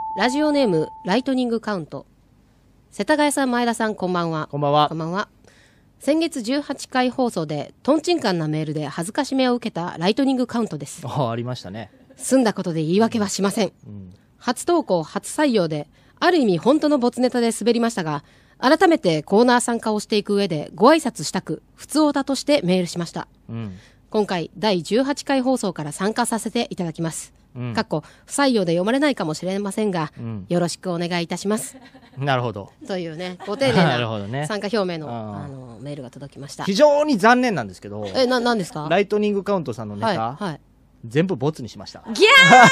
ラジオネームライトニングカウント。世田谷さん、前田さん、こんばんは。 こんばんは。 こんばんは。先月18回放送でトンチンカンなメールで恥ずかしめを受けたライトニングカウントです。 ありましたね。 済んだことで言い訳はしません。初投稿初採用である意味本当のボツネタで滑りましたが、改めてコーナー参加をしていく上でご挨拶したく普通オタとしてメールしました。今回第18回放送から参加させていただきます。かっこ不採用で読まれないかもしれませんが、よろしくお願いいたします。 なるほど。 というね、ご丁寧な参加表明の、メールが届きました。 非常に残念なんですけど。 何ですか？ ライトニングカウントさんのネタ、全部ボツにしました。 ギャ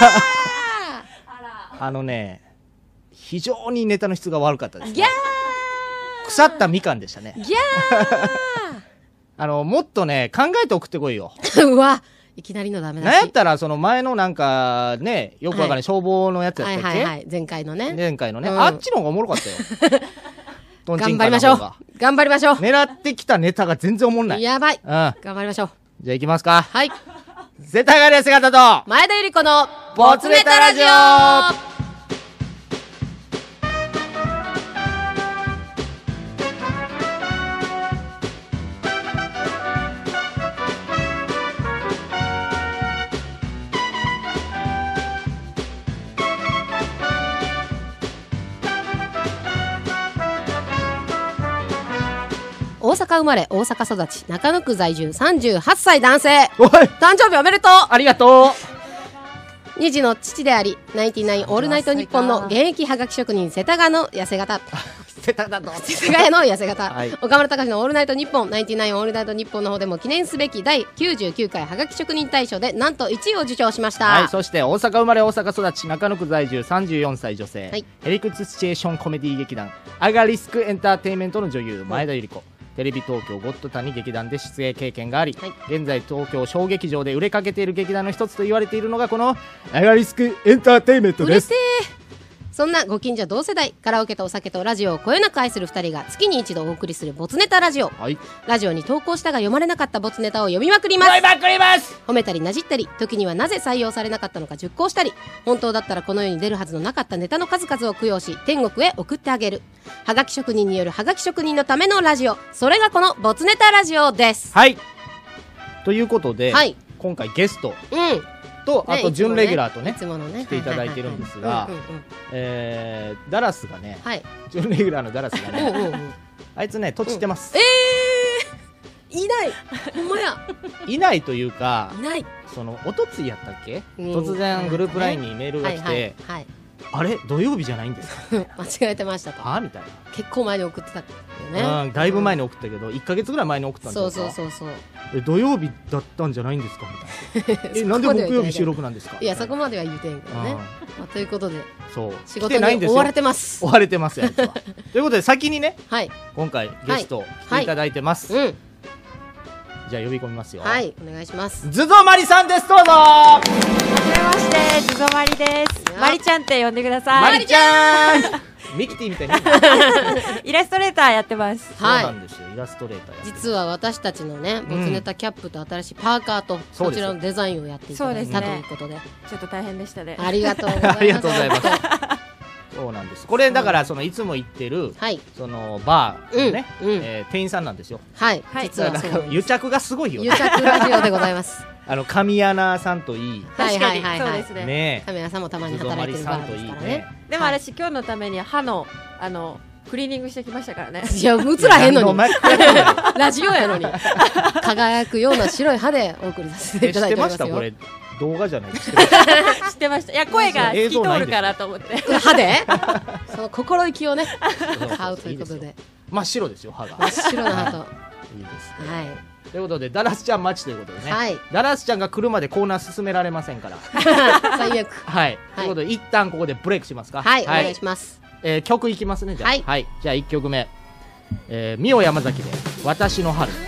ー非常にネタの質が悪かったです、ね。 ギャー腐ったみかんでしたね。 ギャーもっとね、考えて送ってこいよ。 うわ、いきなりのダメだし。 なんやったら、その前のなんかね、よくわかんない消防のやつやったっけ？ 前回のね。 あっちの方がおもろかったよ。 頑張りましょう。頑張りましょう。 狙ってきたネタが全然おもんない。 やばい。頑張りましょう。 じゃあ行きますか。 はい。 世田谷姿と前田ゆり子のボツネタラジオ。 大阪生まれ大阪育ち中野区在住38歳男性。 おい、 誕生日おめでとう。 ありがとう。2児の父でありナインティナインオールナイトニッポンの現役はがき職人世田谷の痩せ型世田谷の痩せ型、岡村隆史のオールナイトニッポンナインティナインオールナイトニッポンの方でも記念すべき第99回はがき職人大賞でなんと1位を受賞しました。 そして大阪生まれ大阪育ち中野区在住34歳女性、ヘリクツシチュエーションコメディ劇団アガリスクエンターテインメントの女優前田ゆり子、テレビ東京ゴッドタンに劇団で出演経験があり、現在東京小劇場で売れかけている劇団の一つと言われているのがこのアガリスクエンターテインメントです。 そんなご近所同世代、カラオケとお酒とラジオをこよなく愛する2人が月に一度お送りするボツネタラジオ、ラジオに投稿したが読まれなかったボツネタを読みまくります。褒めたりなじったり、時にはなぜ採用されなかったのか熟考したり、本当だったらこの世に出るはずのなかったネタの数々を供養し天国へ送ってあげるはがき職人によるはがき職人のためのラジオ、それがこのボツネタラジオです。 ということで、今回ゲストとあと準レギュラーとね来ていただいてるんですが、ダラスがね、準レギュラーのダラスがねあいつねとちってます。 いないほんまやいないというか、 そのおとついやったっけ、突然グループ LINE にメールが来て、あれ土曜日じゃないんですか、 間違えてましたと。 みたいな。 結構前に送ってたよね。 だいぶ前に送ったけど1ヶ月ぐらい前に送ったんですよ。そう土曜日だったんじゃないんですかみたいな。なんで木曜日収録なんですか。 いやそこまでは言うてんけどね。ということで仕事に追われてます。 追われてますやつは。ということで先にね、今回ゲスト来ていただいてます。じゃあ呼び込みますよ。 はい、お願いします。 ズゾマリさんです。どうぞ。 はじめまして、ズゾマリです。マリちゃんって呼んでください。 マリちゃん。ミキティみたいに。 イラストレーターやってます。 そうなんですよ。イラストレーター。 実は私たちのね、ボツネタキャップと新しいパーカーとこちらのデザインをやっていただいたということで、 ちょっと大変でしたね。 ありがとうございます。 ありがとうございます。そうなんです。これだからそのいつも行ってるそのバーのね店員さんなんですよ。 実は癒着がすごいよ。 癒着ラジオでございます。 神谷さんといい。 確かにそうですね。 神谷さんもたまに働いてるバーですからね。 でも私今日のために歯のクリーニングしてきましたからね。 いや映らへんのに。ラジオやのに輝くような白い歯でお送りさせていただいておりますよ。 知ってましたこれ。動画じゃないですか。 知ってました。いや声が透き通るからと思って。 歯でその心意気をね買うということで。 真っ白ですよ歯が。 真っ白な歯と。 いいですね。ということでダラスちゃん待ちということでね。ダラスちゃんが来るまでコーナー進められませんから。 最悪。 ということで一旦ここでブレイクしますか。 お願いします。 曲いきますね。じゃあじゃあ1曲目ミオ山崎で私の春。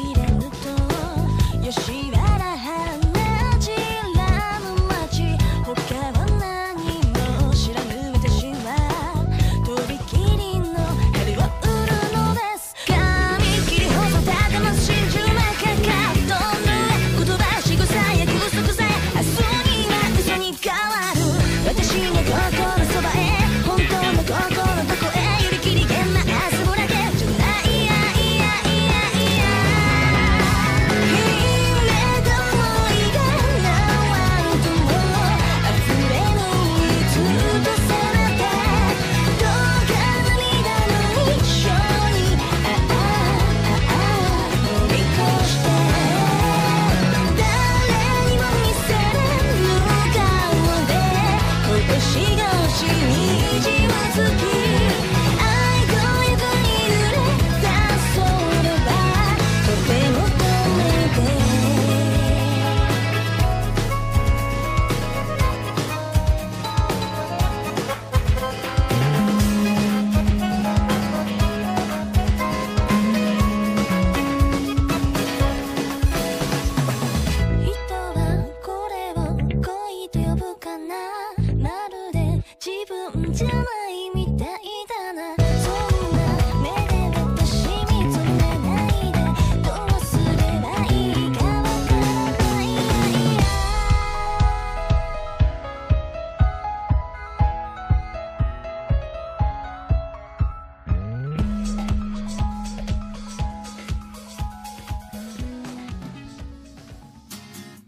吉原花散らぬ街ほ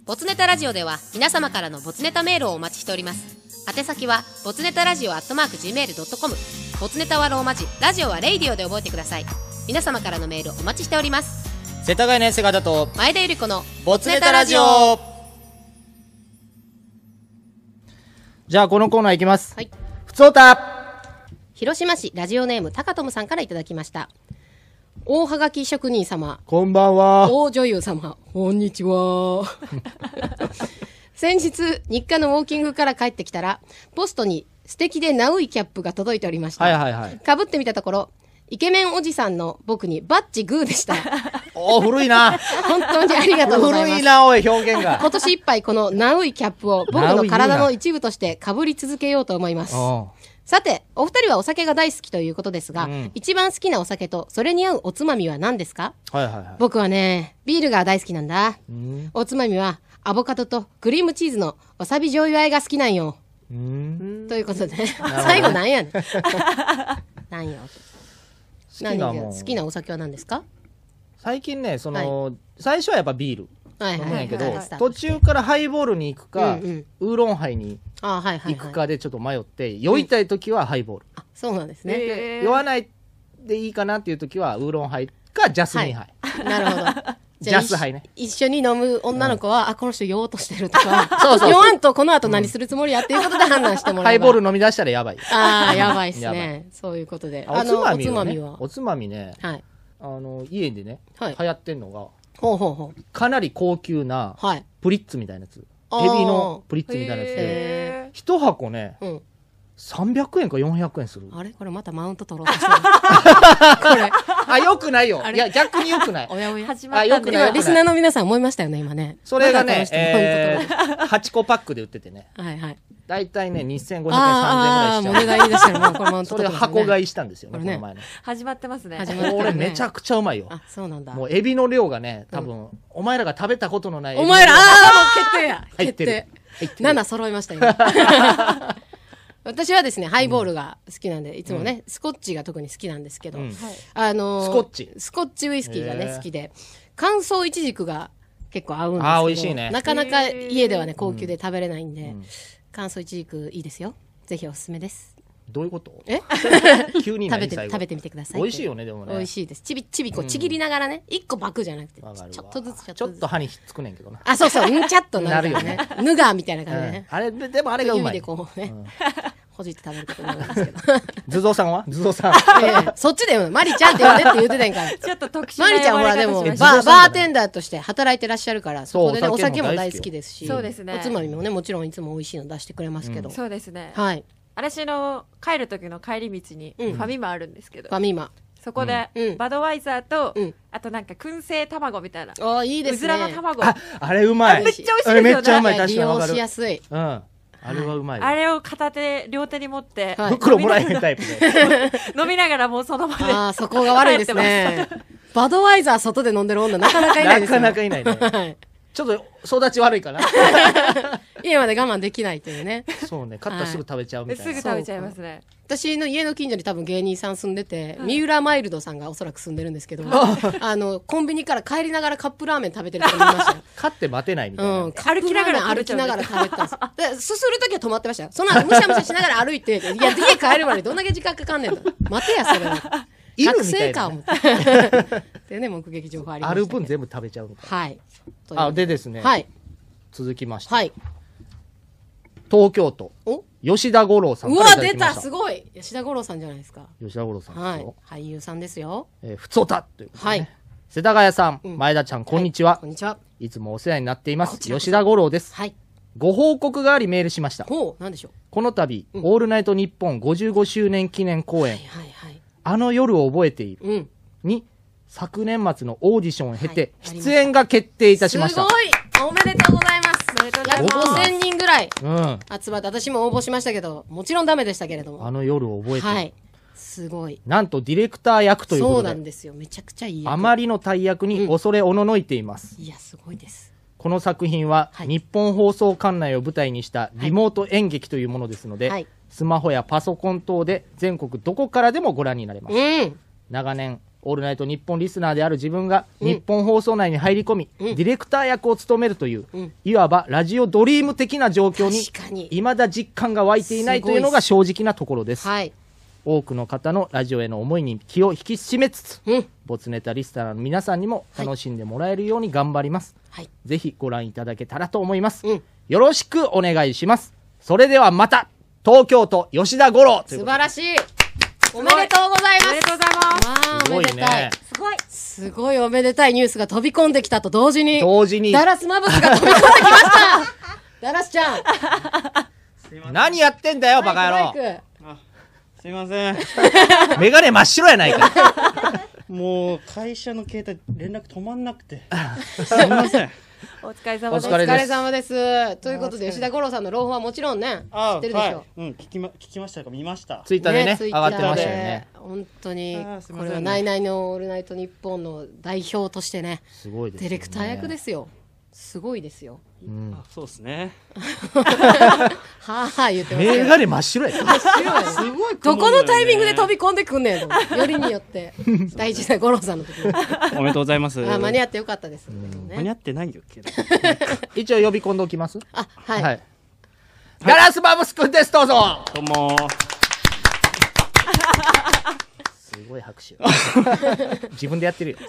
ボツネタラジオでは皆様からのボツネタメールをお待ちしております。宛先はボツネタラジオ@gmail.com。ボツネタはローマ字、ラジオはレイディオで覚えてください。皆様からのメールお待ちしております。 世田谷のエセガタと前田ゆり子のボツネタラジオ。じゃあこのコーナーいきます。 はい。 ふつおた。 広島市ラジオネーム高友さんからいただきました。大はがき職人様、 こんばんは。 大女優様、こんにちは。先日日課のウォーキングから帰ってきたらポストに素敵でナウいキャップが届いておりました。 はいはいはい。 かぶってみたところイケメンおじさんの僕にバッチグーでした。 おー、古いな。 本当にありがとうございます。 古いな、おい、表現が。 今年いっぱいこのナウいキャップを僕の体の一部としてかぶり続けようと思います。さて、お二人はお酒が大好きということですが、一番好きなお酒とそれに合うおつまみは何ですか？ はいはいはい。 僕はね、ビールが大好きなんだ。おつまみはアボカドとクリームチーズのわさび醤油和えが好きなんよ。ということで、最後なんやねん。なんよ。好きなお酒は何ですか？ 最近ね、最初はやっぱビール飲むんやけど、途中からハイボールに行くか、ウーロンハイに行くかでちょっと迷って、酔いたい時はハイボール。 そうなんですね。 酔わないでいいかなっていう時はウーロンハイかジャスミンハイ。 なるほど。 ジャスハイね。 一緒に飲む女の子は、この人酔おうとしてるとか、酔わんとこの後何するつもりやっていうことで判断してもらえば。 ハイボール飲み出したらやばい。 やばいっすね。そういうことで。 おつまみはおつまみね、家でね、流行ってんのが、かなり高級なプリッツみたいなやつ。エビのプリッツみたいなやつで、一箱ね、300円か400円する。 あれこれまたマウント取ろうとしてる。これ。よくないよ。いや、逆によくない。 おやおや。始まったんで。リスナーの皆さん思いましたよね、今ね。 それがね、8個パックで売っててね。 はいはい。 だいたいね、2500円、3000円ぐらいしちゃう。 もう値段言い出したらもうこれマウント取ろう。それ箱買いしたんですよね、この前ね。 始まってますね。 これめちゃくちゃうまいよ。 あ、そうなんだ。 もうエビの量がね、多分、お前らが食べたことのない。 お前ら、もう決定や。決定。7揃いました、今。私はですね、ハイボールが好きなんで、いつもね、スコッチが特に好きなんですけど、スコッチウイスキーがね、好きで、乾燥イチジクが結構合うんですけど、 美味しいね。 なかなか家ではね、高級で食べれないんで、乾燥イチジクいいですよ。ぜひおすすめです。 どういうこと？ 急に食べてみてください。 美味しいよね、でもね。 美味しいです。ちびこちぎりながらね、一個バクじゃなくて、ちょっとずつちょっと歯にひっつくねんけどな。 あ、そうそう、ちゃっとなるよね。ヌガーみたいな感じでね。 あれ、でもあれがうまい。 指でこうね。ほじって食べることになるんですけど。 ズゾーさんはズゾーさん。そっちでマリちゃんって呼んでって言ってたんから。 ちょっと特殊マリちゃんほらでもバーテンダーとして働いてらっしゃるから、そこでねお酒も大好きですし、 そうですね。 おつまみもねもちろんいつも美味しいの出してくれますけど。 そうですね。 はい。 私の帰る時の帰り道にファミマあるんですけど。 ファミマ。 そこでバドワイザーとあとなんか燻製卵みたいな。 あ、いいですね。 うずらの卵。 あれうまい。 めっちゃ美味しいですよね。 めっちゃうまい。確かにわかる。 利用しやすい。 うん。あれはうまい。 あれを片手両手に持って袋もらえるタイプで飲みながらもうその場で。 ああ、そこが悪いですね。バドワイザー外で飲んでる女なかなかいないですよ。 なかなかいないね。ちょっと育ち悪いかな。 家まで我慢できないというね。 そうね、買ったらすぐ食べちゃうみたいな。 すぐ食べちゃいますね。 私の家の近所に多分芸人さん住んでて、三浦マイルドさんがおそらく住んでるんですけど、コンビニから帰りながらカップラーメン食べてる人見ましたよ。 買って待てないみたいな。 歩きながら食べてたんです。すするときは止まってましたよ。その後むしゃむしゃしながら歩いて、いや、家帰るまでどんだけ時間かかんねんと。待てや、それは。学生か思って。でね、目撃情報ありました。 ある分全部食べちゃうのか。 はい。 でですね。 はい。 続きまして。はい。東京都。吉田五郎さんからいただきました。うわ、出た、すごい。吉田五郎さんじゃないですか。 吉田五郎さんですよ。 俳優さんですよ。 ふつおたということで。はい。世田谷さん、前田ちゃん、こんにちは。 こんにちは。 いつもお世話になっています。吉田五郎です。はい。ご報告がありメールしました。 ほう、なんでしょう。 この度、オールナイトニッポン55周年記念公演、あの夜を覚えているに、昨年末のオーディションを経て、出演が決定いたしました。 すごい、おめでとうございます。約5000人ぐらい集まって、私も応募しましたけど、もちろんダメでしたけれども。 あの夜を覚えている。はい。 すごい。 なんとディレクター役ということで。 そうなんですよ。めちゃくちゃいい役。 あまりの大役に恐れおののいています。 いや、すごいです。 この作品は、日本放送管内を舞台にしたリモート演劇というものですので、スマホやパソコン等で全国どこからでもご覧になれます。長年オールナイトニッポンリスナーである自分が日本放送内に入り込み、ディレクター役を務めるという、いわばラジオドリーム的な状況に未だ実感が湧いていないというのが正直なところです。多くの方のラジオへの思いに気を引き締めつつ、ボツネタリスナーの皆さんにも楽しんでもらえるように頑張ります。ぜひご覧いただけたらと思います。よろしくお願いします。それではまた、東京都吉田五郎。 素晴らしい。おめでとうございます。 おめでとうございます。 おめでたい。 すごい。 すごいおめでたいニュースが飛び込んできたと同時に、ダラスマブスが飛び込んできました。ダラスちゃん。 何やってんだよ、バカ野郎。 すいません。 メガネ真っ白やないか。 もう会社の携帯連絡止まんなくて。すいません。 お疲れ様です。 お疲れ様です。ということで吉田五郎さんの朗報はもちろんね、知ってるでしょ。 聞きましたか、見ました。 ツイッターでね、上がってましたよね。 本当にこれはナイナイのオールナイトニッポンの代表としてね、 すごいですね。 ディレクター役ですよ。すごいですよ。 そうですね。 はあ言ってます。 メガネ真っ白や。 真っ白や。すごい。どこのタイミングで飛び込んでくんねんの。よりによって大事な五郎さんの時に。 おめでとうございます。 間に合ってよかったです。 間に合ってないよけど。 一応呼び込んでおきます。 はい。 ガラスマブスくんです、どうぞ。 どうも。 すごい拍手。自分でやってるよ。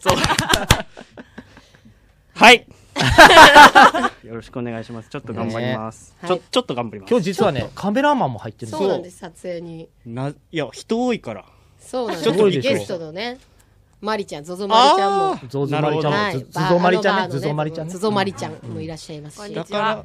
はい。よろしくお願いします。ちょっと頑張ります。ちょっと頑張ります。 今日実はね、カメラマンも入ってるんですよ。 そうなんです、撮影に。 いや、人多いから。 そうなんです。ゲストのね、マリちゃん、ゾゾマリちゃんも。 ゾゾマリちゃんも。ズゾマリちゃんね。ズゾマリちゃんね。 ズゾマリちゃんもいらっしゃいますし。 だから、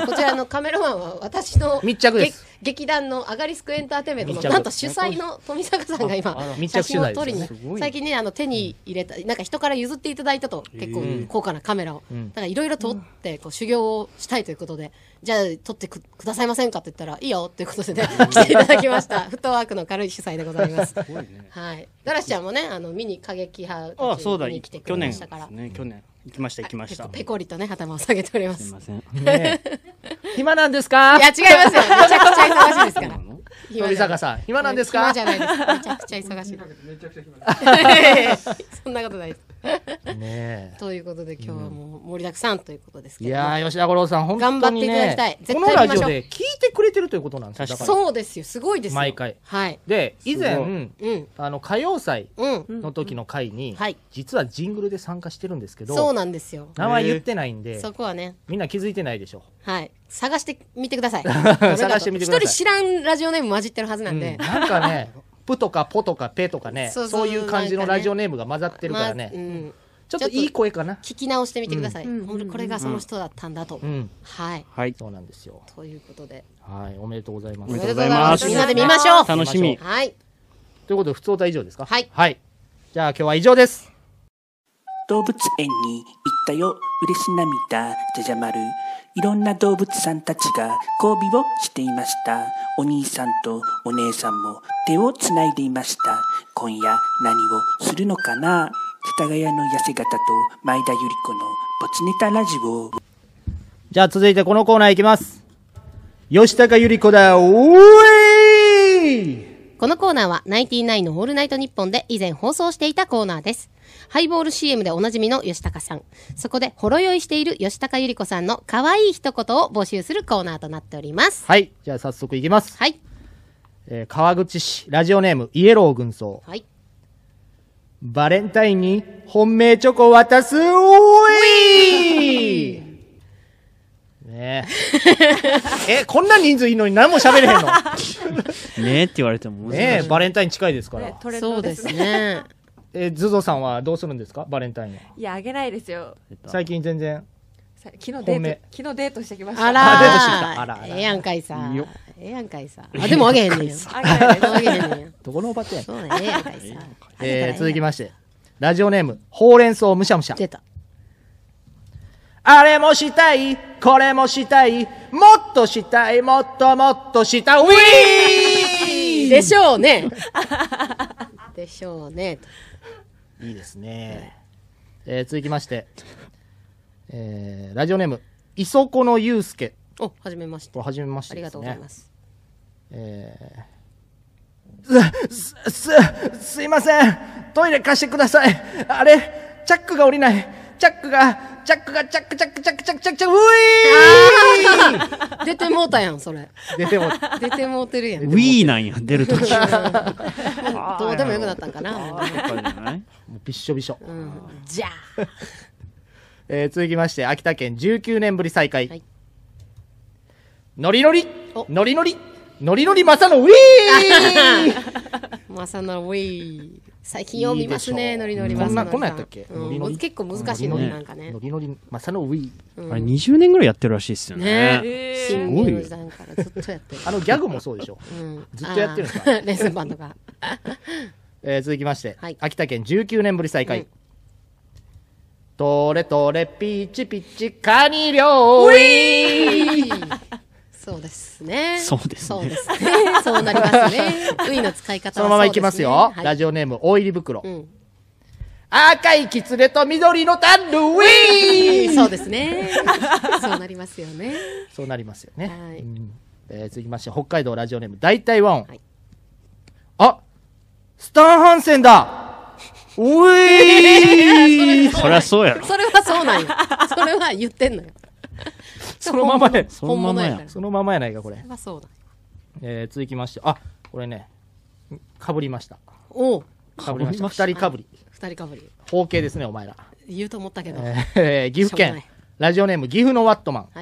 こちらのカメラマンは私の密着です。 劇団のアガリスクエンターテイメントのなんと主催の富坂さんが今写真を撮りに、最近ね手に入れたなんか人から譲っていただいたと、結構高価なカメラをだからいろいろ撮ってこう修行をしたいということで、じゃあ撮ってくださいませんかって言ったらいいよっていうことでね来ていただきました。フットワークの軽い主催でございます。はい。ダラシちゃんもね見に過激派たち見に来てくれましたから。 去年行きました。 ペコリとね頭を下げております。 すいません。 暇なんですか？ いや違いますよ。めちゃくちゃ忙しいですから。 富坂さん暇なんですか？ 暇じゃないです。めちゃくちゃ忙しい。めちゃくちゃ暇。そんなことないです。ね。ということで今日はもう盛りだくさんということですけど。 いや吉田五郎さん本当にね頑張っていただきたい。 このラジオで聞いてくれてるということなんですよ。 そうですよ。すごいですよ。 毎回。 はい。 で以前歌謡祭の時の回に実はジングルで参加してるんですけど、 そうなんですよ。 名前言ってないんで、 そこはねみんな気づいてないでしょ。 はい。探してみてください。 探してみてください。 一人知らんラジオネーム混じってるはずなんで。 なんかね、プとかポとかペとかね、そういう感じのラジオネームが混ざってるからね。ちょっといい声かな。聞き直してみてください。これがその人だったんだと。はい。 はい。そうなんですよ。 ということで。 はい。おめでとうございます。 おめでとうございます。 みんなで見ましょう。 楽しみ。 はい。 ということで、普通歌以上ですか？ はい。 はい。じゃあ今日は以上です。 動物園に行ったよ、嬉し涙じゃじゃ丸。いろんな動物さんたちが交尾をしていました。お兄さんとお姉さんも手をつないでいました。今夜何をするのかな。世田谷の痩せ型と前田ゆり子のボツネタラジオ。 じゃあ続いてこのコーナーいきます。吉高由里子だ。おーい。 このコーナーはナインティナインのオールナイトニッポンで以前放送していたコーナーです。ハイボール CM でおなじみの吉高さん、そこでほろ酔いしている吉高由里子さんの可愛い一言を募集するコーナーとなっております。 はい。じゃあ早速いきます。 はい。 川口市ラジオネームイエロー軍曹。 はい。 バレンタインに本命チョコ渡す。おいねえ。こんな人数いいのに何も喋れへんのねえって言われてもねえ、バレンタイン近いですから。 そうですね。 ズゾさんはどうするんですか、バレンタインは。 いや、あげないですよ。 最近全然。 昨日デートしてきました。 あらー、ええやんかいさ。ええやんかいさ。あ、でもあげへんねんや。あげへんねんや。 どこのおばてや。 そうね、ええやんかいさ。 続きまして、ラジオネーム、ほうれん草むしゃむしゃ。 出た。 あれもしたい、これもしたい、もっとしたい、もっともっとしたい、ウィーでしょうね。でしょうね。 いいですね。続きまして、ラジオネーム、磯子のゆうすけ。 お、はじめまして。 はじめまして。 ありがとうございます。 すいません。 トイレ貸してください。あれチャックが降りない。チャックがチャック、ういー出てもうたやん、それ。出てもうてるやん。 ウィーなんや、出るとき。どうでもよくなったんかな。もうびっしょびしょ。 じゃあ。 続きまして、秋田県19年ぶり再開。ノリノリマサのウィーマサのウィー。最近よう見ますね、ノリノリマサの。 こんなんやったっけ？ 結構難しいのになんかね。 ノリノリマサのウィー。あれ20年ぐらいやってるらしいですよね。 新芸の時代からずっとやってる。 ギャグもそうでしょ。ずっとやってるんですか。 レッスンバンドが。 続きまして、秋田県19年ぶり再開。トレトレピチピチカニ料理。 そうですね。 そうなりますね。ウィの使い方はそのままいきますよ。ラジオネーム大入り袋。赤いキツネと緑のタンルウィー。 そうですね。そうなりますよね。 そうなりますよね。続きまして北海道ラジオネーム大体和音。あ、スタンハンセンだ。ウィー。 そりゃそうやろ。 それはそうなんや。それは言ってんのよ。 そのままや。 本物やから。 そのままやないかこれ。 そうだ。 続きまして、あ、これね、かぶりました。かぶりました。二人かぶり。包茎ですね、お前ら。 言うと思ったけど。 岐阜県ラジオネーム岐阜のワットマン。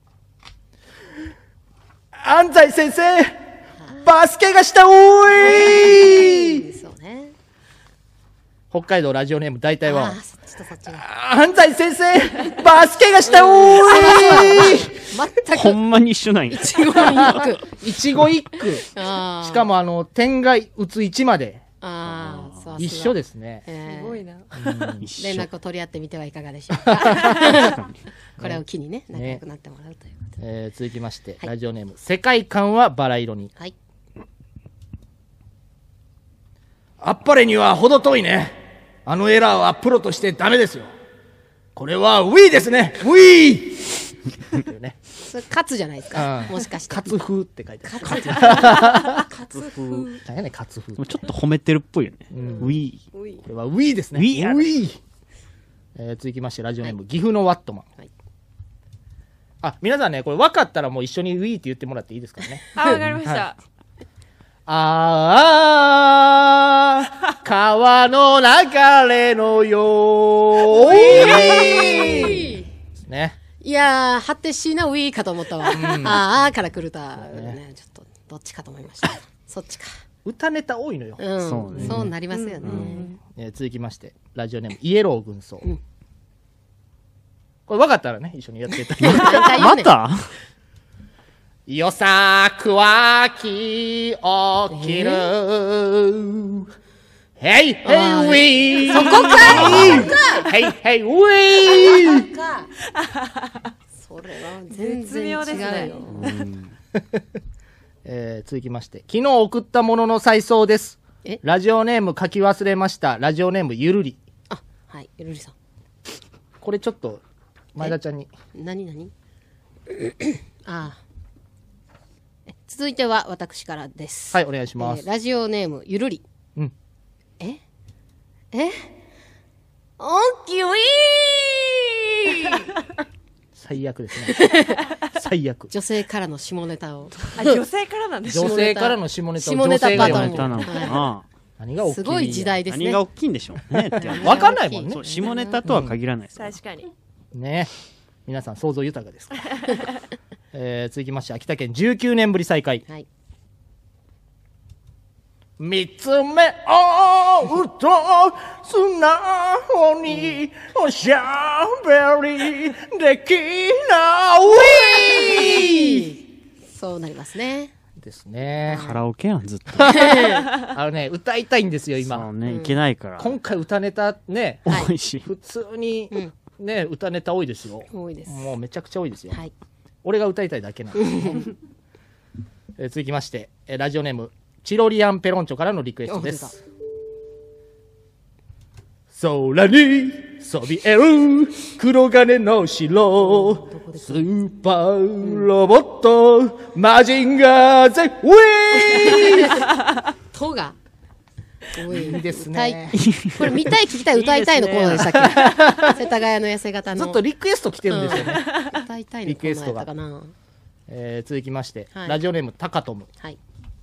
安西先生、バスケがしたおい。 そうね。 北海道ラジオネーム大体は。安西先生、バスケがしたおい。 ほんまに一緒なんや。 一語一句。しかも点が打つ位置まで。一緒ですね。 すごいな。 連絡を取り合ってみてはいかがでしょうか。これを機にね、仲良くなってもらうということで。 続きまして、ラジオネーム、世界観はバラ色に。あっぱれには程遠いね。あのエラーはプロとしてダメですよ。これはウィーですね。ウィー。 それ勝つじゃないですか。もしかして。 勝つ風って書いてある。 勝つ風。 何やねん勝つ風。 ちょっと褒めてるっぽいよね。ウィー。 これはウィーですね。ウィー。続きましてラジオネーム岐阜のワットマン。あ、皆さんね、これ分かったらもう一緒にウィーって言ってもらっていいですからね。 あ、わかりました。 ああ、川の流れのように。ね。 いやー、果てしなウィーかと思ったわ。ああから来るた。ね、ちょっと、どっちかと思いました。そっちか。 歌ネタ多いのよ。 そうなりますよね。 続きまして、ラジオネーム、イエロー軍曹。これ分かったらね、一緒にやっていただきます。 またよさくはき起きる。ヘイヘイウィー。 そこかヘイヘイウィー。 それは全然違うよ。 続きまして、昨日送ったものの再送です。ラジオネーム書き忘れました。ラジオネームゆるり。 あ、はい、ゆるりさん。 これちょっと前田ちゃんに。 何ああ。続いては私からです。 はい、お願いします。 ラジオネームゆるり。おっきいウィー。 最悪ですね。最悪。 女性からの下ネタを。 女性からなんです女性からの下ネタを女性が読む。 何が大きい？ すごい時代ですね。 何が大きいんでしょうね。 わかんないもんね。 下ネタとは限らないです。 確かに。 ね、皆さん想像豊かですから。続きまして秋田県19年ぶり再開。見つめ合うと素直におしゃべりできないそうなりますね。 ですね。 カラオケやんずっと。 歌いたいんですよ今。 そうね、いけないから。 今回歌ネタね多いし、 普通にね歌ネタ多いですよ。 多いです。 もうめちゃくちゃ多いですよ。俺が歌いたいだけなんで。続きましてラジオネームチロリアンペロンチョからのリクエストです。空にそびえる黒金の城、スーパーロボットマジンガーゼウィー。 トがいいですね。 これ見たい聞きたい歌いたいのコーナーでしたっけ？世田谷の痩せ型のずっとリクエスト来てるんですよね。 歌いたいのコーナーやったかな。 続きまして、ラジオネームタカトム。 はい。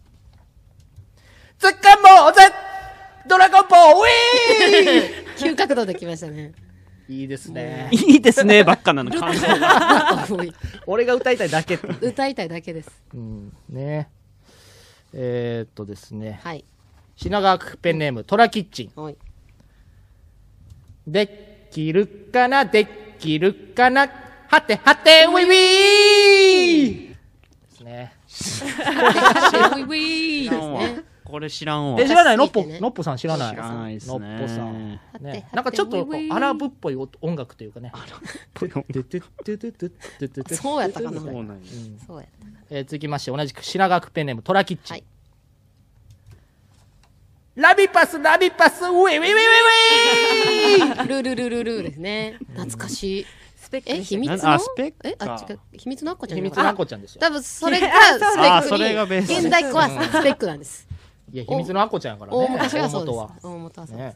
ツッカンボーゼドラゴンボーウィー急角度できましたね。 いいですね。 いいですねばっかなの感想が。 俺が歌いたいだけって。 歌いたいだけです。 ね。ですね。 はい。 品川区ペンネームトラキッチン。 はい。 できるかなできるかなはてはてウィウィーですね。 ウィウィーですね。 これ知らんわ。 知らないのっぽさん知らない。 知らないですね。 のっぽさん。ね、なんかちょっとアラブっぽい音楽というかね。 そうやったかな。 そうやった。続きまして同じく品川区ペンネームトラキッチン。ラビパスウィウィウィウィルルルルルですね。懐かしい。秘密の秘密のアッコちゃん。 秘密のアッコちゃんですよ。 多分それがスペックそれがベース。 現代っ子はスペックなんです。 いや秘密のアッコちゃんやからね。 大昔はそうです。大元はそうです。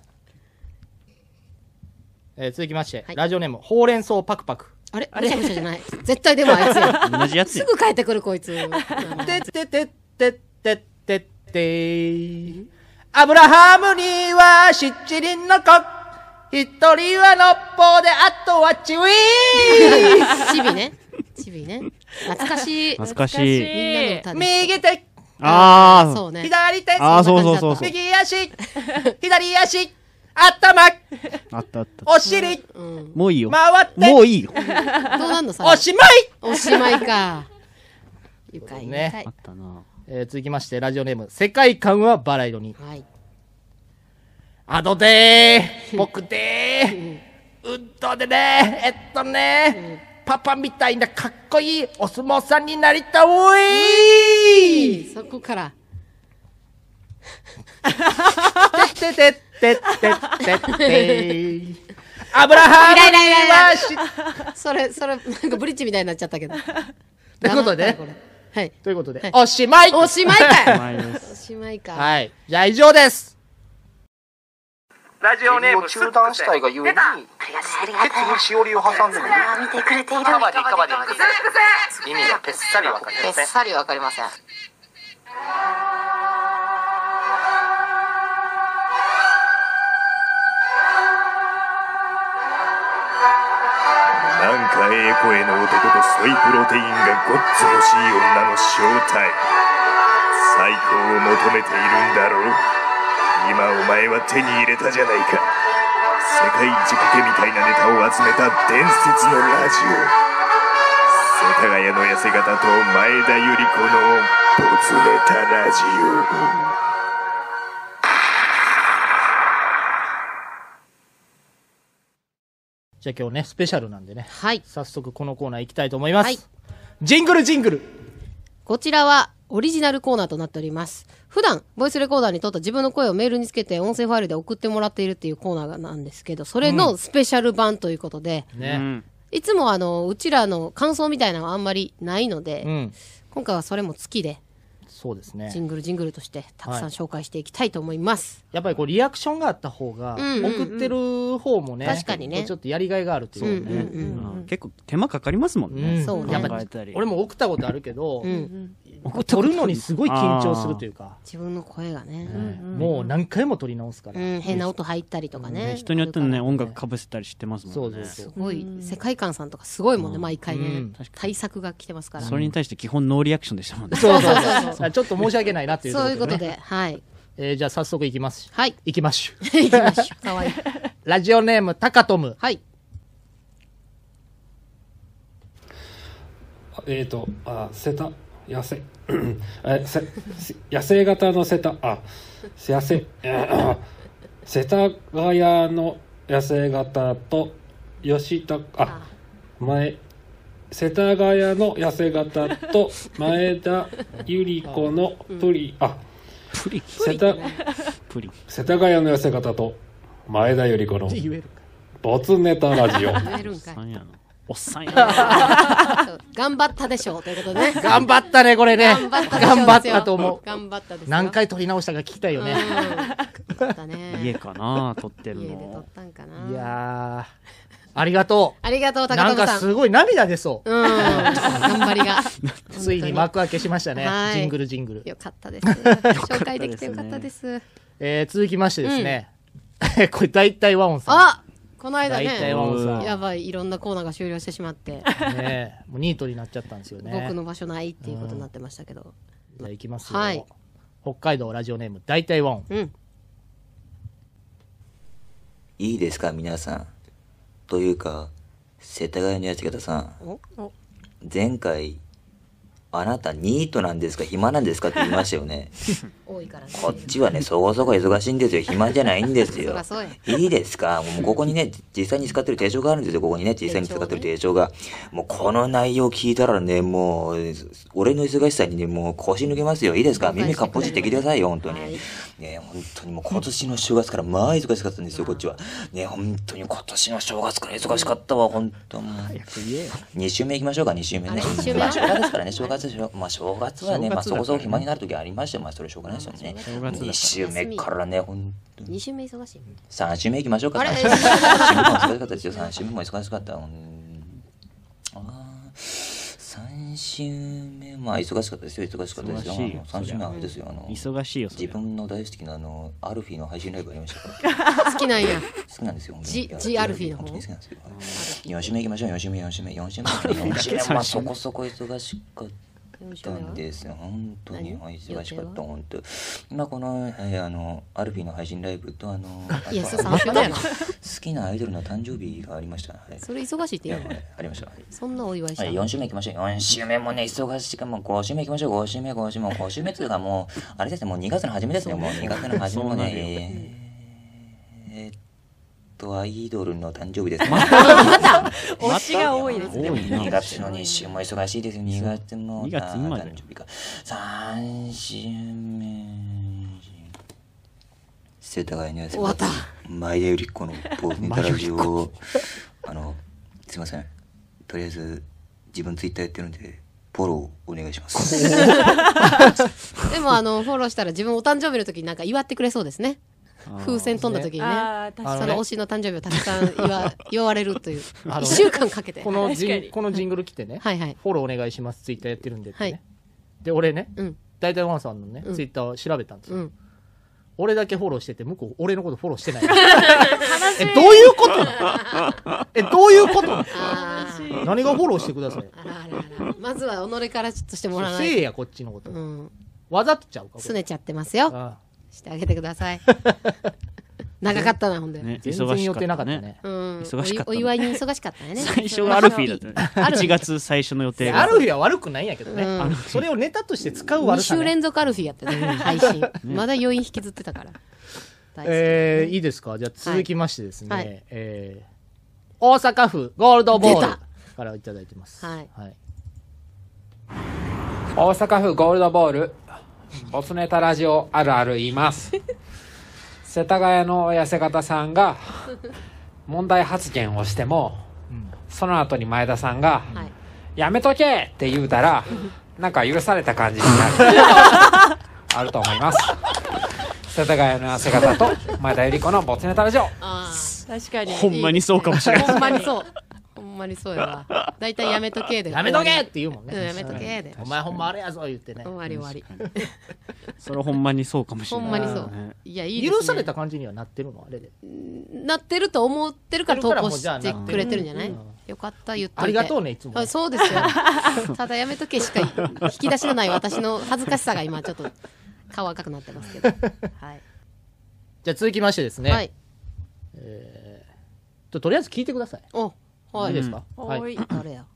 続きましてラジオネームほうれん草パクパク。 あれむしゃむしゃじゃない。絶対でもあいつや。 同じやつ。 すぐ帰ってくるこいつ。 てってってってってってってアブラハムには七輪の子、一人はのっぽであとはチウィー。 チビね。チビね。懐かしい。 懐かしい。 みんなの歌で。 右手。 ああ。 そうね。 左手。 ああそうそうそうそう。 右足。左足。頭。あった。 お尻。 もういいよ。 回って。 もういいよ。 どうなんのさ。 おしまい。 おしまいか。愉快ね。 あったな。 続きましてラジオネーム世界観はバラ色に。 はい。 あのでー僕でー運動でねパパみたいなかっこいいお相撲さんになりたおいそこからてってってってってってアブラハムにはそれなんかブリッジみたいになっちゃったけどということではい。 ということでおしまいおしまいかおしまいか。 はい。じゃあ以上です。 ラジオネーム中断したいがゆえにケツにしおりを挟んでみる。 見てくれている。 カバディ意味がぺっさりわかりません。 ぺっさりわかりません。 なんかええ声の男とソイプロテインがごっつ欲しい女の正体。最高を求めているんだろう。今お前は手に入れたじゃないか。世界一コケみたいなネタを集めた伝説のラジオ。世田谷の痩せ方と前田由里子のボツネタラジオ。 じゃあ今日ねスペシャルなんでね、 はい、 早速このコーナー行きたいと思います、はい、ジングルこちらはオリジナルコーナーとなっております。普段ボイスレコーダーに撮った自分の声をメールにつけて音声ファイルで送ってもらっているっていうコーナーなんですけど、それのスペシャル版ということで、いつもうちらの感想みたいなのはあんまりないので、今回はそれも月でそうですね、 ジングルとしてたくさん紹介していきたいと思います、 やっぱりこうリアクションがあった方が、送ってる方もね確かにねちょっとやりがいがあるっていうかね、 結構手間かかりますもんね、 そうね、 やっぱ俺も送ったことあるけど、撮るのにすごい緊張するというか、 自分の声がね、 もう何回も撮り直すから、 変な音入ったりとかね、 人によってのね音楽かぶせたりしてますもんね。 すごい世界観さんとかすごいもんね、毎回ね対策が来てますから、 それに対して基本ノーリアクションでしたもんね。 そうちょっと申し訳ないなっていうそういうことで、はい、 じゃあ早速いきます。 はい、 いきましょう。 いきましょう。かわいい。 ラジオネームタカトム。 はい。 セタ痩せ野生型の世田谷の野生型と世田谷の痩せ型と前田由里子の世田谷の痩せ型と前田由里子のボツネタラジオ。 おっさんやな。 頑張ったでしょうということでね。 頑張ったねこれね。 頑張った頑張ったと思う。 頑張ったですよ。 何回撮り直したか聞きたいよね。 撮ったね。 家かな撮ってるの。 家で撮ったんかな。 いやありがとう。 ありがとう高なん友さん。 かすごい涙出そう。 頑張りが。 ついに幕開けしましたね。ジングルジングル。 よかったです。紹介できてよかったです。 続きましてですね。これ大体和音さん。 あ、この間ね。 大体和音さん。 やばい、いろんなコーナーが終了してしまって。 ね、もうニートになっちゃったんですよね。 僕の場所ないっていうことになってましたけど。 じゃあ行きますよ。北海道ラジオネーム大体和音。 いいですか皆さん。というか世田谷のやつ方さん、前回あなたニートなんですか暇なんですかって言いましたよね。 多いからね。 こっちはねそこそこ忙しいんですよ。暇じゃないんですよ。いいですかもうここにね実際に使ってる手帳があるんですよ。ここにね実際に使ってる手帳が、もうこの内容聞いたらねもう俺の忙しさにねもう腰抜けますよ。いいですか耳かっぽじって聞いてくださいよ本当に。ね本当にもう今年の正月からまあ忙しかったんですよこっちは。ね本当に今年の正月から忙しかったわ本当もう。2週目行きましょうか2週目ね。まあ正月ですからね正月。まあ正月はね、まあそこそこ暇になる時ありまして、まあそれしょうがないですよね。2週目からね、本当に。 2週目忙しい。 3週目行きましょうか。3週目も忙しかったですよ。3週目も忙しかった。3週目まあ忙しかったですよ。忙しかったですよ。3週目はあれですよ。 忙しいよ。 自分の大好きなアルフィーの配信ライブありましたから。 好きなんや。 好きなんですよ。 ジアルフィーの方。 本当に好きなんですよ。4週目行きましょう。4週目まあそこそこ忙しかった。んです本当に忙しかった本当。今このアルフィーの配信ライブといやそれ3週目やな。 好きなアイドルの誕生日がありました。 それ忙しいって言うの？ ありました。 そんなお祝いした。 4週目行きましょう。4週目もね忙しいからもう5週目行きましょう。5週目っていうかもうあれですねもう2月の初めですね。もう2月の初めもねアイドルの誕生日ですね。 また推しが多いですね。 2月の2週も忙しいですよ。2月の今誕生日か。3週目世田谷のやつが前田由里子のボーネタラジオをすいませんとりあえず自分ツイッターやってるんでフォローお願いします。 でもフォローしたら自分お誕生日の時になんか祝ってくれそうですね。風船飛んだ時にね、その推しの誕生日をたくさん祝われるという1週間かけてこのジングル来てね、フォローお願いしますツイッターやってるんでってね。で俺ね大体ワンさんのねツイッターを調べたんですよ。俺だけフォローしてて向こう俺のことフォローしてない。どういうことどういうこと何がフォローしてください。 まずは己からちょっとしてもらわないと。 せいやこっちのことわざとちゃうか。 すねちゃってますよ。してあげてください。長かったなほんで。 全然予定なかったね。 忙しかった。 お祝いに忙しかったよね。 最初はアルフィーだったね。1月最初の予定が。 アルフィーは悪くないんやけどね。それをネタとして使う悪さね。 2週連続アルフィーやってね配信。まだ余韻引きずってたから。 いいですか。じゃあ続きましてですね。大阪府ゴールドボールからいただいてます。大阪府ゴールドボール。ボツネタラジオあるある言います。世田谷の痩せ方さんが問題発言をしても、その後に前田さんが、やめとけって言うたらなんか許された感じになるあると思います。世田谷の痩せ方と前田由里子のボツネタラジオ。 確かにほんまにそうかもしれない。 ほんまにそうほんまにそうやわ。だいたいやめとけでやめとけって言うもんね。 やめとけでお前ほんまあれやぞ言ってね。 終わり終わり。 それほんまにそうかもしれない。 ほんまにそう。いやいいですね。 許された感じにはなってるのあれで。 なってると思ってるから投稿してくれてるんじゃない？よかった言っといて。 ありがとうねいつも。 そうですよ。ただやめとけしか引き出しのない私の恥ずかしさが今ちょっと顔赤くなってますけど。はい。 じゃあ続きましてですね。はい。とりあえず聞いてください。 お、はい。 いいですか？ はい。誰や。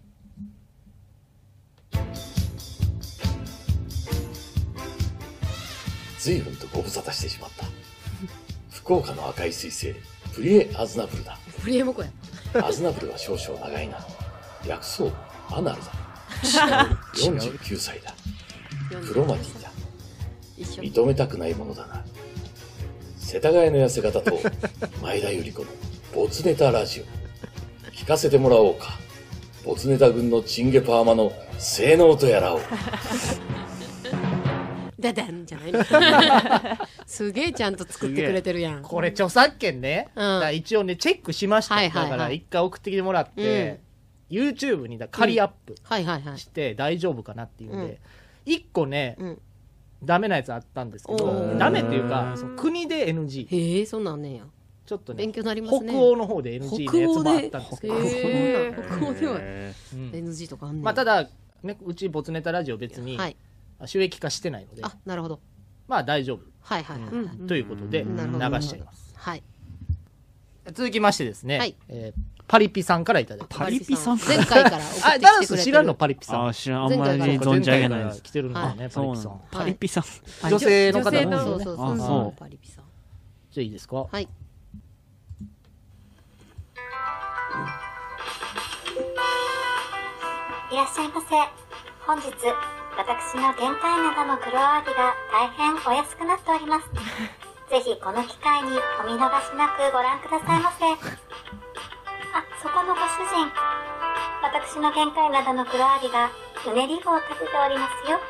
随分とご無沙汰してしまった。福岡の赤い彗星プリエアズナブルだ。 プリエモコや。 アズナブルは少々長いな。略そうアナルだ。49歳だ。クロマティだ。認めたくないものだな。世田谷の痩せ方と前田由里子のボツネタラジオ聞かせてもらおうか。 ボツネタ軍のチンゲパーマの性能とやらを。 ダダンじゃないの。すげえちゃんと作ってくれてるやん。 これ著作権ね、一応ねチェックしました。だから一回送ってきてもらって、YouTube に仮アップして大丈夫かなっていうんで、一個ね、ダメなやつあったんですけど、ダメっていうか国で NG。 へえ、そんなんねんや。 ちょっとね、 勉強になりますね。 北欧の方で NG のやつもあったんですけど、 北欧では NG とかあんねん。 まあただね、うちボツネタラジオ別に収益化してないので、 あ、なるほど。 まあ大丈夫。 はいはいはい。 ということで流しちゃいます。 はい。 続きましてですね、パリピさんからいただいて。 パリピさん前回から送ってきてくれてる。 ダンス知らんのパリピさん。 あ、知らん、あんまり存じ上げないです。 来てるんだよね、パリピさん。 パリピさん。 女性の方なんですよね。 そうそう、パリピさん。 じゃあいいですか。 はい。 いらっしゃいませ。本日、私の限界灘の黒アワビが大変お安くなっております。ぜひこの機会にお見逃しなくご覧くださいませ。あ、そこのご主人。私の限界灘の黒アワビがうねり棒を立てておりますよ。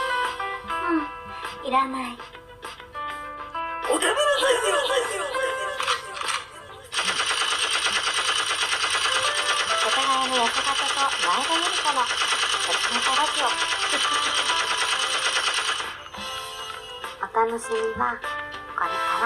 いらない。お食べなさいよ。世田谷の痩せ方と前田由里子のボツネタラジオ。お楽しみはこれから。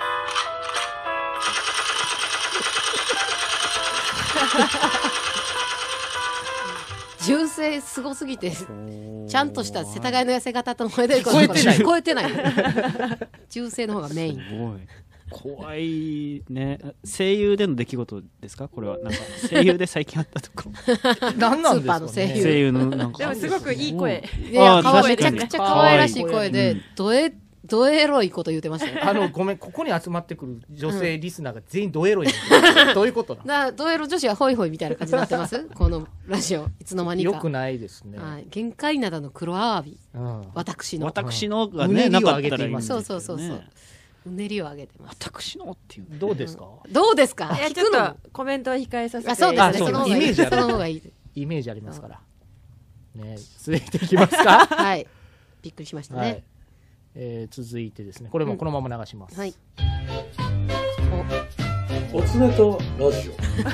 銃声すごすぎてちゃんとした世田谷の痩せ方と前田由里子聞こえてない。 銃声の方がメイン。 すごい怖いね。声優での出来事ですか？これはなんか声優で最近あったとか。 何なんですかね。 声優のなんか。 でもすごくいい声。 いや、めちゃくちゃ可愛らしい声でドエロいこと言ってましたよ。 ごめん、ここに集まってくる女性リスナーが全員ドエロい。どういうことな？ドエロ女子はホイホイみたいな感じになってます？このラジオいつの間にか。 よくないですね。 限界灘の黒アワビ。私のがね、なかったらいい。 そう。うねりを上げてます。 私のっていう。 どうですか？ どうですか？ いや、ちょっとコメントを控えさせて。 そうですね。そのイメージある。 その方がいい。 イメージありますから。ね、続いていきますか。 はい。びっくりしましたね。 続いてですね、これもこのまま流します。 はい。 ボツネタラジオ。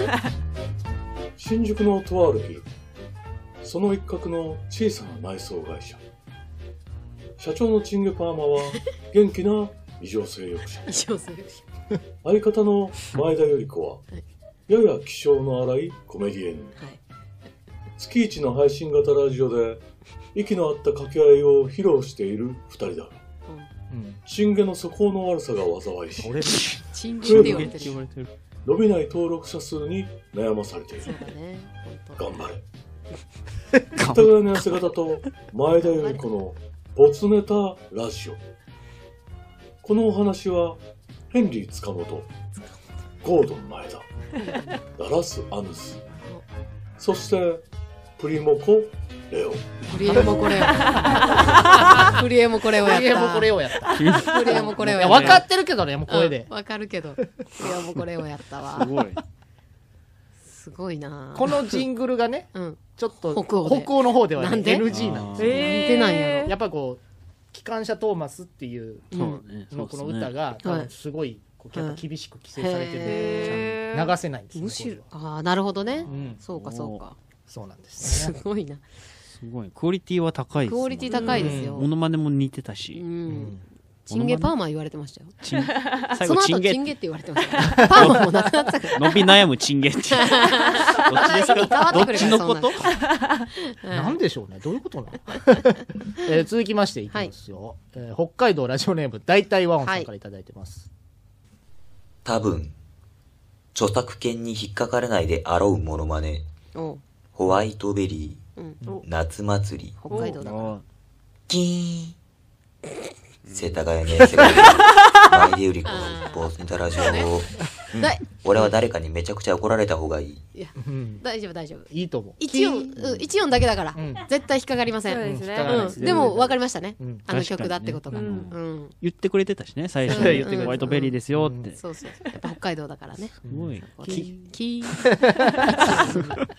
新宿のとあるビル、その一角の小さな内装会社。社長のチンゲパーマは元気な異常性欲者。相方の前田由里子はやや気性の荒いコメディエンヌ。月一の配信型ラジオで息の合った掛け合いを披露している二人だ。チンゲの素行の悪さが災いし、 チンゲって言われてる。 伸びない登録者数に悩まされている。頑張れ。世田谷の痩せ方と前田由里子のボツネタラジオ。このお話はヘンリー塚本、ゴードン前田、ダラス・アヌス、そしてプリモコ・レオ。 プリエモコレオ。プリエモコレオやった。 プリエモコレオやった。 プリエモコレオやった。 分かってるけどね、もう声で。 分かるけど。プリエモコレオやったわ。 すごい。 すごいな。 このジングルがね、ちょっと北欧の方では NG なんですよ。 なんでなんやろ。 やっぱこう機関車トーマスっていうのこの歌がすごい厳しく規制されてるので流せないんです。 むしろ、ああなるほどね。そうかそうか。 そうなんですね。 すごいな。 すごいクオリティは高いです。 クオリティ高いですよ。 モノマネも似てたし。 チンゲパーマ言われてましたよ。 最後チンゲって言われてました。パーマもなくなったから。 伸び悩むチンゲって。どっちですか？どっちのこと？ なんでしょうね。どういうことなの？続きましていきますよ。北海道ラジオネーム大体ワンさんからいただいてます。 多分著作権に引っかからないであろうモノマネ。ホワイトベリー、夏祭り、 北海道だから。 キーン。世田谷のやつが前田由里子のボツネタラジオを俺は誰かにめちゃくちゃ怒られた方がいい。 いや大丈夫大丈夫。 いいと思う。 一音だけだから絶対引っかかりません。でも分かりましたね、あの曲だってことが。 言ってくれてたしね、最初ホワイトベリーですよって。 そうそう、やっぱ北海道だからね。 すごいキー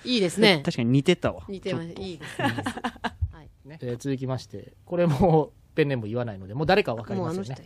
いいですね。 確かに似てたわ。 似てます。いいですね。 はい。続きまして、これもペンネーム言わないので、もう誰かわかりますよね。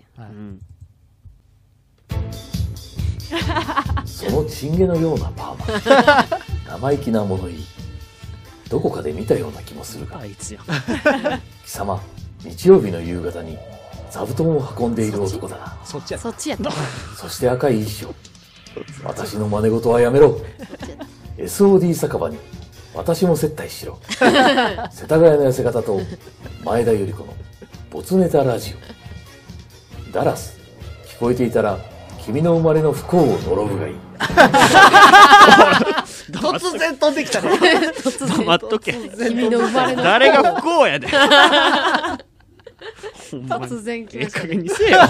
そのチンゲのようなパーマ、生意気な物言い、どこかで見たような気もするが、貴様、日曜日の夕方に座布団を運んでいる男だな。 そっちやった。 そして赤い衣装、私の真似事はやめろ。SOD 酒場に私も接待しろ。世田谷の痩せ方と前田由里子のボツネタラジオ。ダラス、聞こえていたら君の生まれの不幸を呪うがいい。 突然飛んできたね。 待っとけ。 君の生まれの誰が不幸やで。 突然来ました。 加減にせえよ。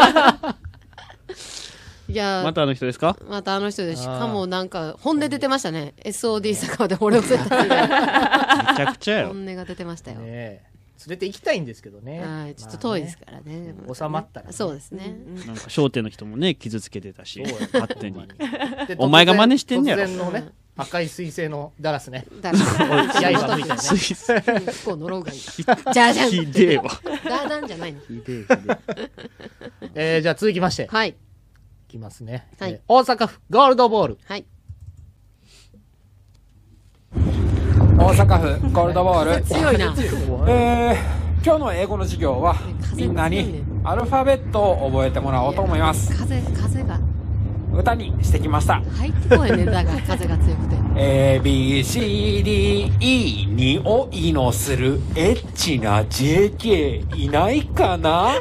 いやまたあの人ですか？ またあの人で、しかもなんか本音出てましたね。SOD 酒場で俺を接待する。めちゃくちゃよ。 本音が出てましたよ。 連れて行きたいんですけどね。 はい、ちょっと遠いですからね。 収まったら。 そうですね。 なんか商店の人もね傷つけてたし、勝手に。お前が真似してんねやろ。 突然のね赤い彗星のダラスね。 ダラス。 刃みたいなね。 不幸呪うがいい。じゃじゃん。 ひでえわ。 ダーダンじゃないの。 ひでえ。じゃあ続きまして。 はい。 いきますね。 はい。 大阪府ゴールドボール。 はい。 大阪府ゴールドボール。 強いな。 今日の英語の授業はみんなにアルファベットを覚えてもらおうと思います。 風が歌にしてきました。 入ってこいね、だが風が強くて。 A B C D E 匂いのするエッチな JK いないかな。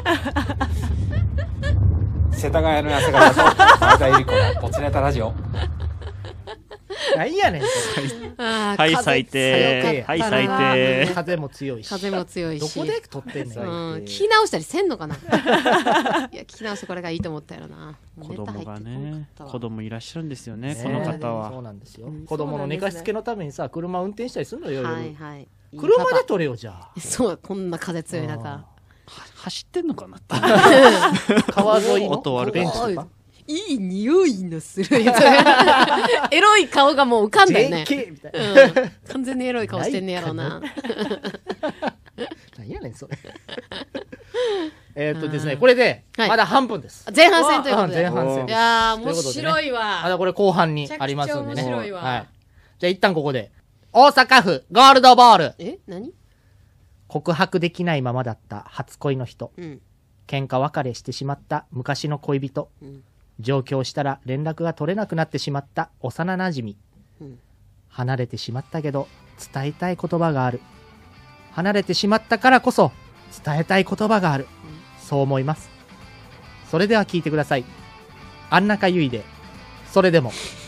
世田谷の痩せ方と前田由里子のボツネタラジオ。 何やねん。 はい最低。はい最低。 風も強いし。どこで撮ってんねん。 聞き直したりせんのかな。いや聞き直してこれがいいと思ったよな。 子供がね、子供いらっしゃるんですよね、この方は。 そうなんですよ。子供の寝かしつけのためにさ、車運転したりするのよ。 はいはい。 車で撮れよじゃあ。 そうこんな風強い中。 走ってんのかな。 川沿いのベンチとか。 いい匂いのするやつ。エロい顔がもう浮かんだよね。 JK みたいな。 完全にエロい顔してんねやろうな。 何やねんそれ。ですね、これでまだ半分です。 前半戦ということで。 前半戦。 いや面白いわ。 まだこれ後半にありますんでね。 面白いわ。 はい。じゃあ一旦ここで大阪府ゴールドボール。 何？ 告白できないままだった初恋の人。喧嘩別れしてしまった昔の恋人。上京したら連絡が取れなくなってしまった幼なじみ、離れてしまったけど伝えたい言葉がある。離れてしまったからこそ伝えたい言葉がある、そう思います。それでは聞いてください。安中結衣でそれでも。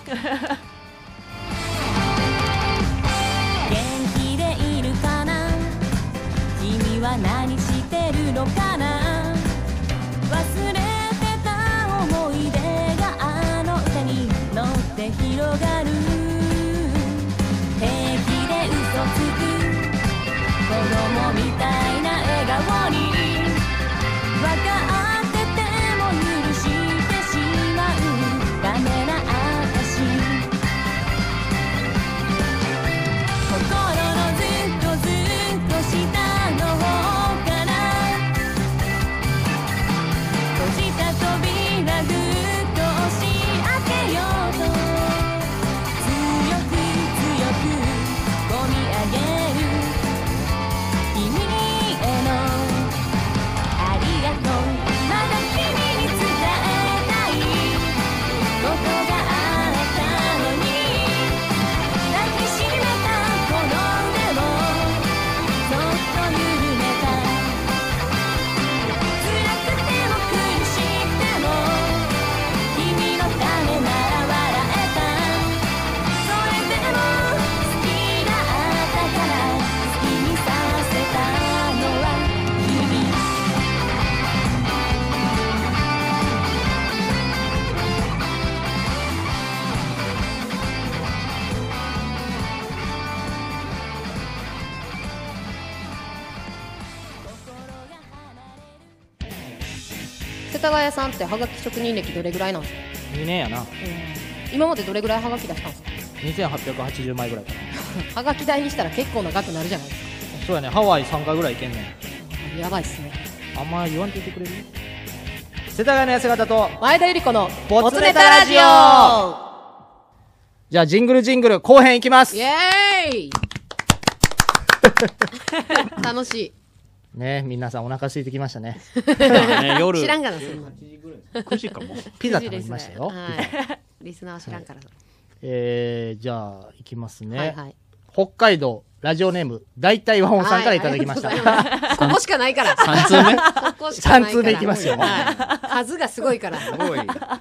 元気でいるかな、君は何してるのかな、忘れ思い出があの歌に乗って広がる。平気で嘘つく子供みたいな笑顔に分かってても許してしまうダメな私。心のずっとずっと下の方から閉じた扉ぐっと押し開けようと強く強く込み上げる君へのありがとう。まだ君に伝えたいことがあったのに、抱きしめたこの腕をそっと緩めた。辛くても苦しくても君のためなら笑えた。それでも好きだったから好きにさせたのは君。 世田谷さんってハガキ職人歴どれぐらいなんですか？ 2年やな。 今までどれぐらいハガキ出したんですか？ 2880枚ぐらいかな。 はがき代にしたら結構な額になるじゃないですか。 そうやね、ハワイ3回ぐらい行けんねん。やばいっすね。 あんま言わんといてくれる？世田谷の痩せ方と前田ゆり子のボツネタラジオ。じゃあジングル後編いきます。 イエーイ楽しいね。皆さんお腹空いてきましたね。 夜知らんがな、そんな 9時かも。 ピザ食べましたよ。 リスナーは知らんから。 じゃあいきますね。 はいはい。 北海道ラジオネーム大体和音さんからいただきました。 ここしかないから。 3通目3通目いきますよ。 数がすごいから。 すごい。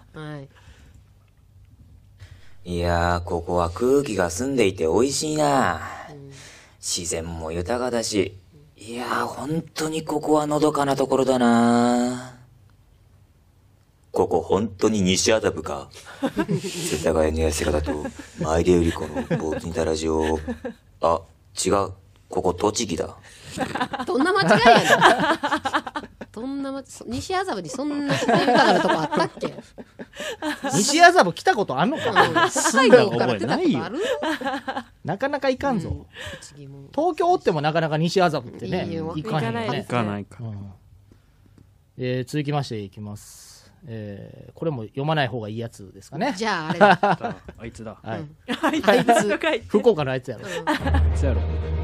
いやー、ここは空気が澄んでいて美味しいな。自然も豊かだし、いやー、本当にここはのどかなところだな。ここ本当に西麻布か。世田谷の痩せ方と前田ゆり子のボツネタラジオ。あ、違う。ここ栃木だ。 どんな間違いやねん。どんな西麻布にそんな自然豊かなとこあったっけ？ 西麻布来たことあんのか？ 住んだ覚えないよ。 なかなか行かんぞ。東京おってもなかなか西麻布ってね、行かへんよね。 行かないか。 続きましていきます。これも読まない方がいいやつですかね。 じゃああれだ。 あいつだ。 あいつ。福岡のあいつやろ。 あいつやろ。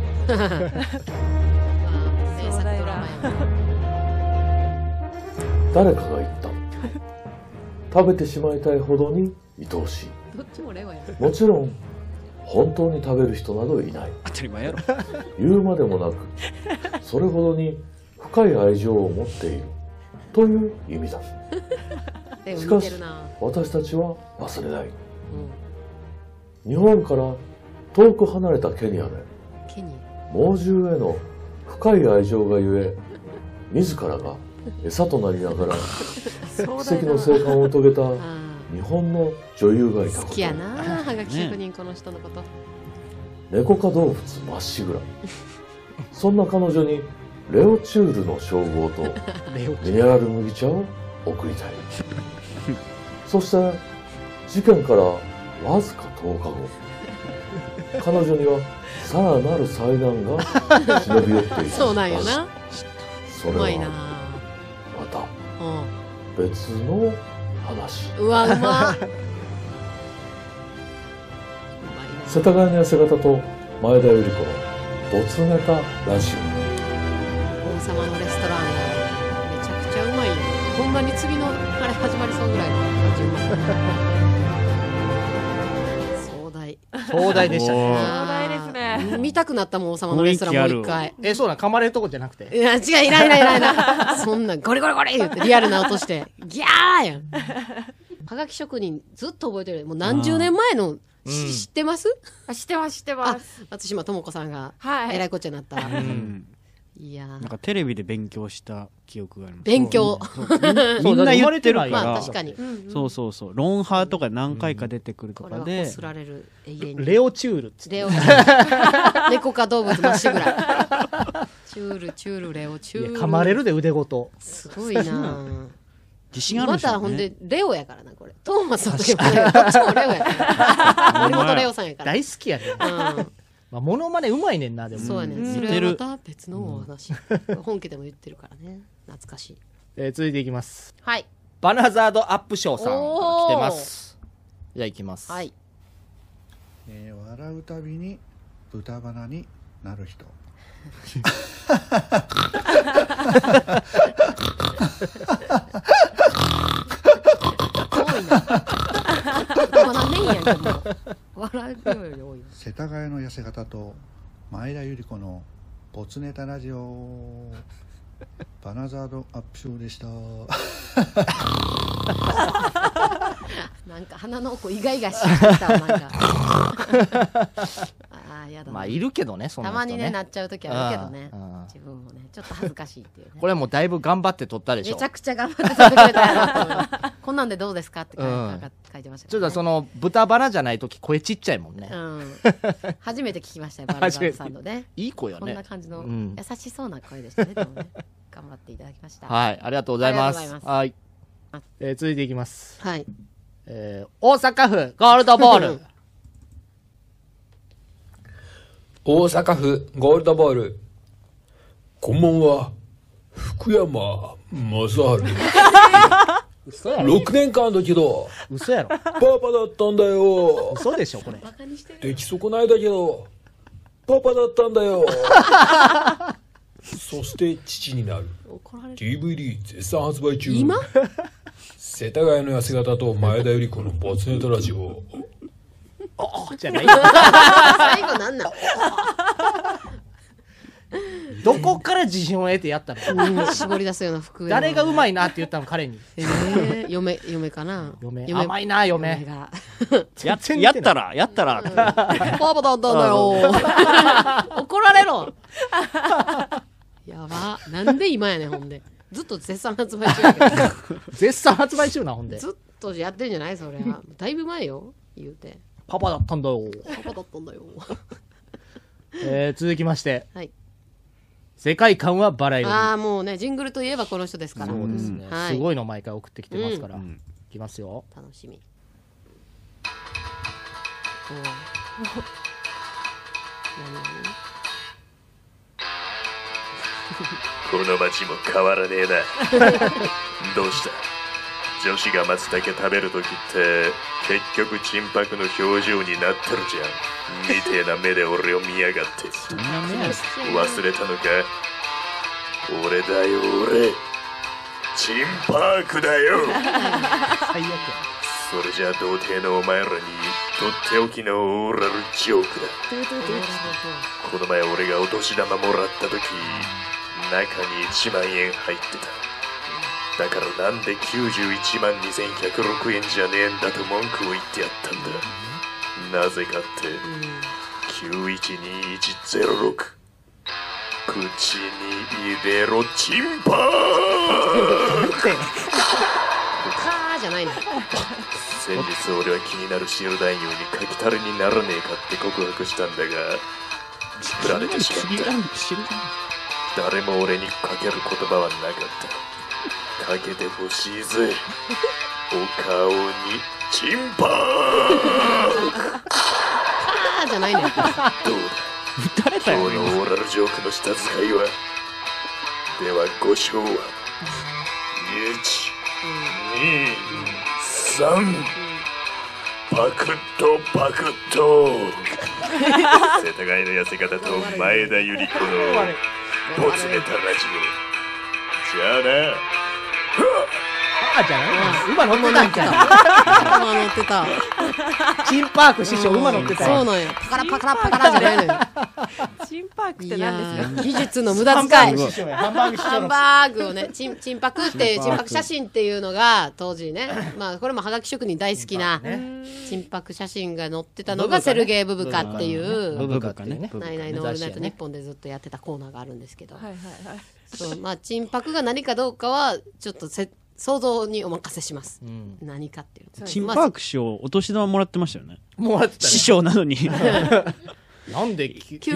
誰かが言った。食べてしまいたいほどに愛おしい。 どっちもレゴや。 もちろん本当に食べる人などいない。 当たり前やろ。 言うまでもなく、それほどに深い愛情を持っているという意味だ。しかし私たちは忘れない。日本から遠く離れたケニアで猛獣への深い愛情がゆえ、自らが餌となりながら奇跡の生還を遂げた日本の女優がいたこと。 好きやな、はがき職人この人のこと。 猫科動物まっしぐら。そんな彼女にレオチュールの称号とミネラル麦茶を送りたい。そして事件からわずか10日後、彼女にはさらなる災難が忍び寄っていた。 そうなんよな。 それはまた別の話。 うわ、うまっ。 世田谷の痩せ方と前田ゆり子のボツネタラジオ。 王様のレストランや。めちゃくちゃうまいよ。ほんまに次のあれ始まりそうぐらいの感じ。 壮大でしたね。 壮大ですね。 見たくなったもん、王様のレストランもう一回。 そうなん、噛まれるとこじゃなくて。 いや、違う、いらない。そんなゴリゴリゴリ言ってリアルな音してギャーやん。はがき職人ずっと覚えてる。もう何十年前の知ってます？ 知ってます、知ってます。 松島智子さんがえらいこっちゃになった。いやなんかテレビで勉強した記憶があります。 勉強みんな言ってるから。 まあ確かに。 そうロンハーとか何回か出てくるとかで。 こすられる永遠に。 レオチュール。 猫か動物まっしぐら。チュールレオチュール。 噛まれるで腕ごと。 すごいな。 自信あるんですよね。 またほんでレオやからなこれ。トーマスといえばどっちもレオやから。森本レオさんやから。 大好きやね。まあ、モノマネうまいねんな、でも。 そうやねん。それはまた別のお話。本家でも言ってるからね。懐かしい。 続いていきます。 はい。 バナザードアップショーさん来てます。じゃあいきます。 はい。 笑うたびに豚バナになる人。 多いな。まだねんやけど。笑うより多い。 世田谷の痩せ方と前田ゆり子のボツネタラジオ。バナザードアップショーでした。 なんか鼻の奥イガイガしてたなんか。ああやだ。 まあいるけどね、そんな人ね。 たまにねなっちゃう時あるけどね。自分もねちょっと恥ずかしいっていうね。 これもうだいぶ頑張って撮ったでしょ。 めちゃくちゃ頑張って撮ってくれたやろと思います。こんなんでどうですかって書いてました。 ちょっとその豚バラじゃない時声ちっちゃいもんね。 初めて聞きましたよバラザーさんのね。 いい声よね。 こんな感じの優しそうな声でしたね。でもね頑張っていただきました。 はい、ありがとうございます。はい。続いていきます。 はい。 大阪府ゴールドボール。 大阪府ゴールドボール。こんばんは、福山雅治。6年間だけど嘘やろ。 パパだったんだよ。 嘘でしょこれ。 出来損ないだけどパパだったんだよ。そして父になる。 DVD 絶賛発売中。 今世田谷の痩せ方と前田由里子のボツネタラジオ。 じゃない。 最後なんなんどこから自信を得てやったの？ 絞り出すような服。 誰がうまいなって言ったの彼に。 嫁かな。 嫁甘いな嫁。 やったらパパだったんだよ。怒られろ。やば。なんで今やねんほんで。ずっと絶賛発売中やけど。 絶賛発売中なほんで。 ずっとやってんじゃないそれは。だいぶ前よ言うて。 パパだったんだよ。 パパだったんだよ。 続きまして。 はい。 世界観はバラ色に。 ああもうねジングルといえばこの人ですから。 そうですね。すごいの毎回送ってきてますから。いきますよ。 楽しみ。 この街も変わらねえな。どうした？女子が松茸食べるときって結局陳白の表情になってるじゃん。みてえな目で俺を見やがって。忘れたのか？俺だよ俺。陳白だよ。 最悪。 それじゃ童貞のお前らにとっておきのオーラルジョークだ。この前俺がお年玉もらったとき中に1万円入ってた。だからなんで91万2106円じゃねえんだと文句を言ってやったんだ。なぜかって912106口に入れろチンパーカーじゃないの。 先日俺は気になる塩男優にかきたれにならねえかって告白したんだが振られてしまった。誰も俺にかける言葉はなかった。かけてほしいぜお顔にチンパーカーじゃないの。 どうだ今日のオーラルジョークの下使いは。ではご唱和。1、2、3パクッとパクッと世田谷の痩せ方と前田由里子のボツネタラジオ。じゃあな。 じゃない馬乗ってたんかい。 馬乗ってた。 チンパーク師匠馬乗ってた。 そうなんや。パカラパカラパカラじゃないのよ。 チンパークって何ですか？ 技術の無駄遣い。 ハンバーグ師匠。 ハンバーグをね、チンパクってチンパク写真っていうのが当時ね、まあこれもハガキ職人大好きなチンパク写真が載ってたのがセルゲイ・ブブカっていうブブカってね。 ナイナイのオールナイトニッポンでずっとやってたコーナーがあるんですけど、そうまあチンパクが何かどうかはちょっと想像にお任せします。何かっていう。 チンパーク師匠お年玉もらってましたよね。 もらってた。 師匠なのに。 なんで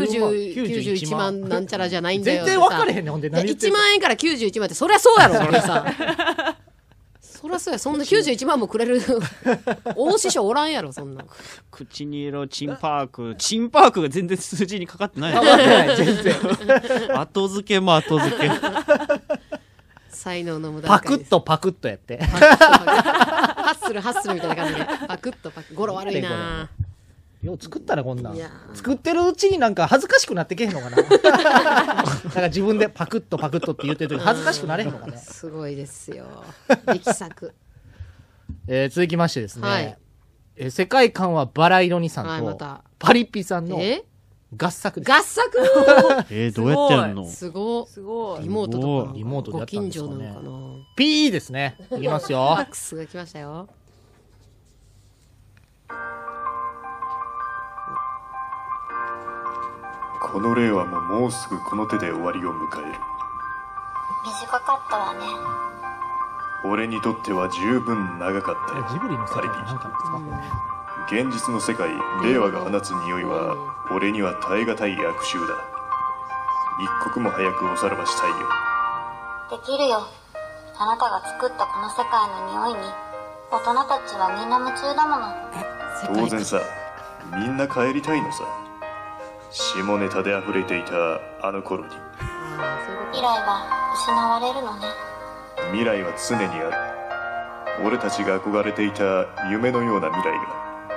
91万なんちゃらじゃないんだよ。 全然分かれへんねん。ほんで何言って 1万円から91万ってそりゃそうやろそれさ。そりゃそうや。そんな91万もくれる大師匠おらんやろそんな。 口に入れろチンパーク。チンパークが全然数字にかかってない。 全然。 後付けも後付け。 才能の無駄パクッとパクッとやって。 ハッスルみたいな感じでパクッとパクッ。語呂悪いな。 よう作ったらこんなん作ってるうちになんか恥ずかしくなってけへんのかな。なんか自分でパクッとパクッとって言ってる時恥ずかしくなれへんのかね。 すごいですよ力作。 続きましてですね、世界観はバラ色にさんとパリピさんの合作です。 合作どうやってやるの？ すごいリモートとかリモートでやったんですかね。 ご近所なのかな。 ピーですね。いきますよ。 ファックスが来ましたよ。 この令和ももうすぐこの手で終わりを迎える。 短かったわね。 俺にとっては十分長かったよ。 ジブリの世界なんかですか？ 現実の世界、令和が放つ匂いは俺には耐え難い悪臭だ。一刻も早くおさらばしたいよ。 できるよ。あなたが作ったこの世界の匂いに大人たちはみんな夢中だもの。 当然さ、みんな帰りたいのさ。 下ネタで溢れていたあの頃に。 未来は失われるのね。 未来は常にある。俺たちが憧れていた夢のような未来が。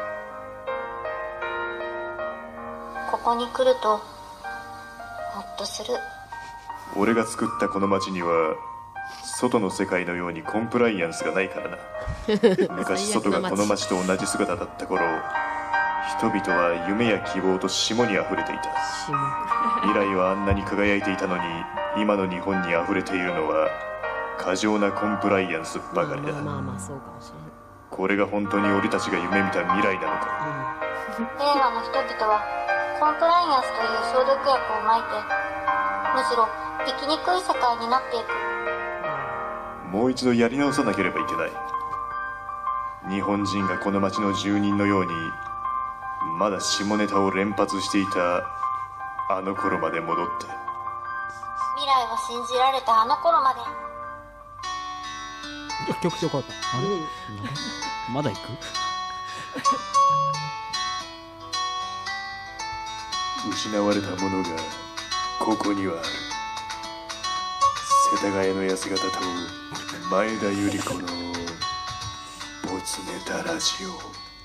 ここに来るとほっとする。 俺が作ったこの街には外の世界のようにコンプライアンスがないからな。昔外がこの街と同じ姿だった頃、人々は夢や希望と霜にあふれていた。未来はあんなに輝いていたのに、今の日本にあふれているのは過剰なコンプライアンスばかりだ。これが本当に俺たちが夢見た未来なのか。 令和の人々はコンプライアンスという消毒薬をまいて、むしろ生きにくい世界になっていく。 もう一度やり直さなければいけない。日本人がこの街の住人のようにまだ下ネタを連発していたあの頃まで戻って。 未来を信じられたあの頃まで。 曲調変わった。あれ、 まだ行く？ 失われたものがここにはある。世田谷の痩せ方と前田由里子のボツネタラジオ。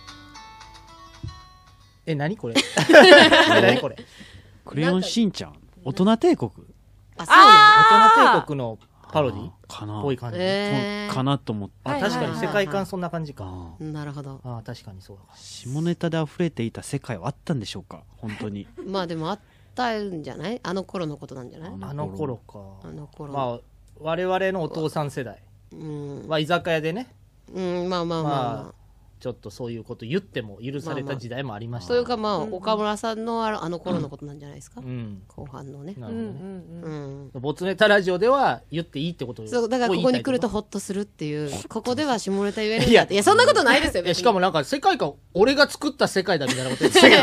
何これ？何これ？ クレヨンしんちゃん大人帝国。 あ、そうなの。大人帝国のパロディかな。 ぽい感じ。 かなと思って。 あ、確かに世界観そんな感じか。 なるほど。 あ、確かにそうだ。 下ネタで溢れていた世界はあったんでしょうか、本当に。 まあでもあったんじゃない？あの頃のことなんじゃない？ あの頃か。 あの頃。 まあ我々のお父さん世代は居酒屋でね。 まあちょっとそういうこと言っても許された時代もありました。 というかまあ岡村さんのあの頃のことなんじゃないですか。後半のね。 なるほどね。ボツネタラジオでは言っていいってこと。 そうだからここに来るとホッとするっていう。ここでは下ネタ言えるんだって。いやそんなことないですよ。 しかもなんか世界観俺が作った世界だみたいなこと。違う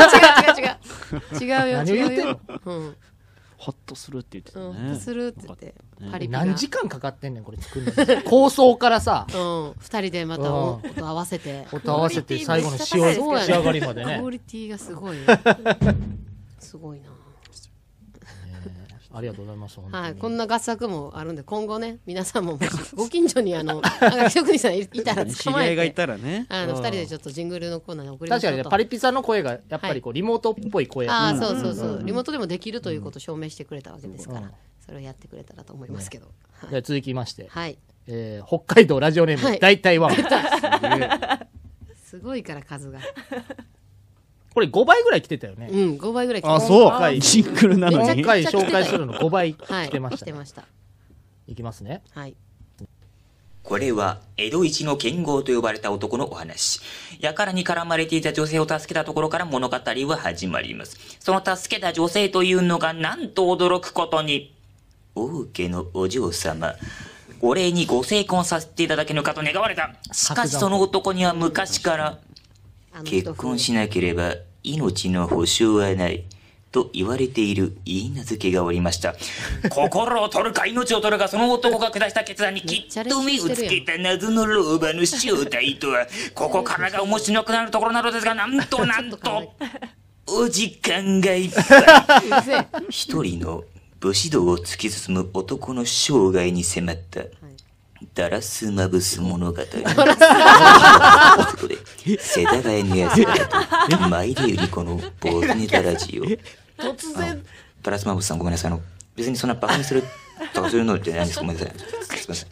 よ。 何を言ってんの？ ホッとするって言ってたね。 ホッとするって言って。 何時間かかってんねんこれ作るの。構想からさ。 二人でまた音合わせて。 音合わせて最後の仕上がりまでね。 クオリティがすごい。すごいな。 ありがとうございます。 はい、こんな合作もあるんで今後ね皆さんももしご近所に職人さんいたら捕まえて知り合いがいたらね、 2人でちょっとジングルのコーナーに送りましょう。確かにねパリピさんの声がやっぱりこうリモートっぽい声。 ああそうリモートでもできるということを証明してくれたわけですからそれをやってくれたらと思いますけど。 では続きまして、 はい、 北海道ラジオネーム大体ワン。 すごいから数が。 これ5倍ぐらい来てたよね。 5倍ぐらい来てた。 あ、そう。ジングルなのに。 今回紹介するの5倍来てました。 来てました。 いきますね。 はい。 これは江戸一の剣豪と呼ばれた男のお話。輩に絡まれていた女性を助けたところから物語は始まります。その助けた女性というのがなんと驚くことに、王家のお嬢様。お礼にご成婚させていただけぬかと願われた。しかしその男には昔から、結婚しなければ命の保証はないと言われている言い名付けがおりました。心を取るか命を取るかその男が下した決断にきっと目をつけた謎の老婆の正体とはここからが面白くなるところなのですがなんとお時間がいっぱい。一人の武士道を突き進む男の生涯に迫ったダラスマブス物語。ということで、世田谷のやつらと、前田由里子のボツネタラジオ。 突然。 ダラスマブスさんごめんなさい。別にそんなバカにするとかそういうのってないんです。ごめんなさい。すいません。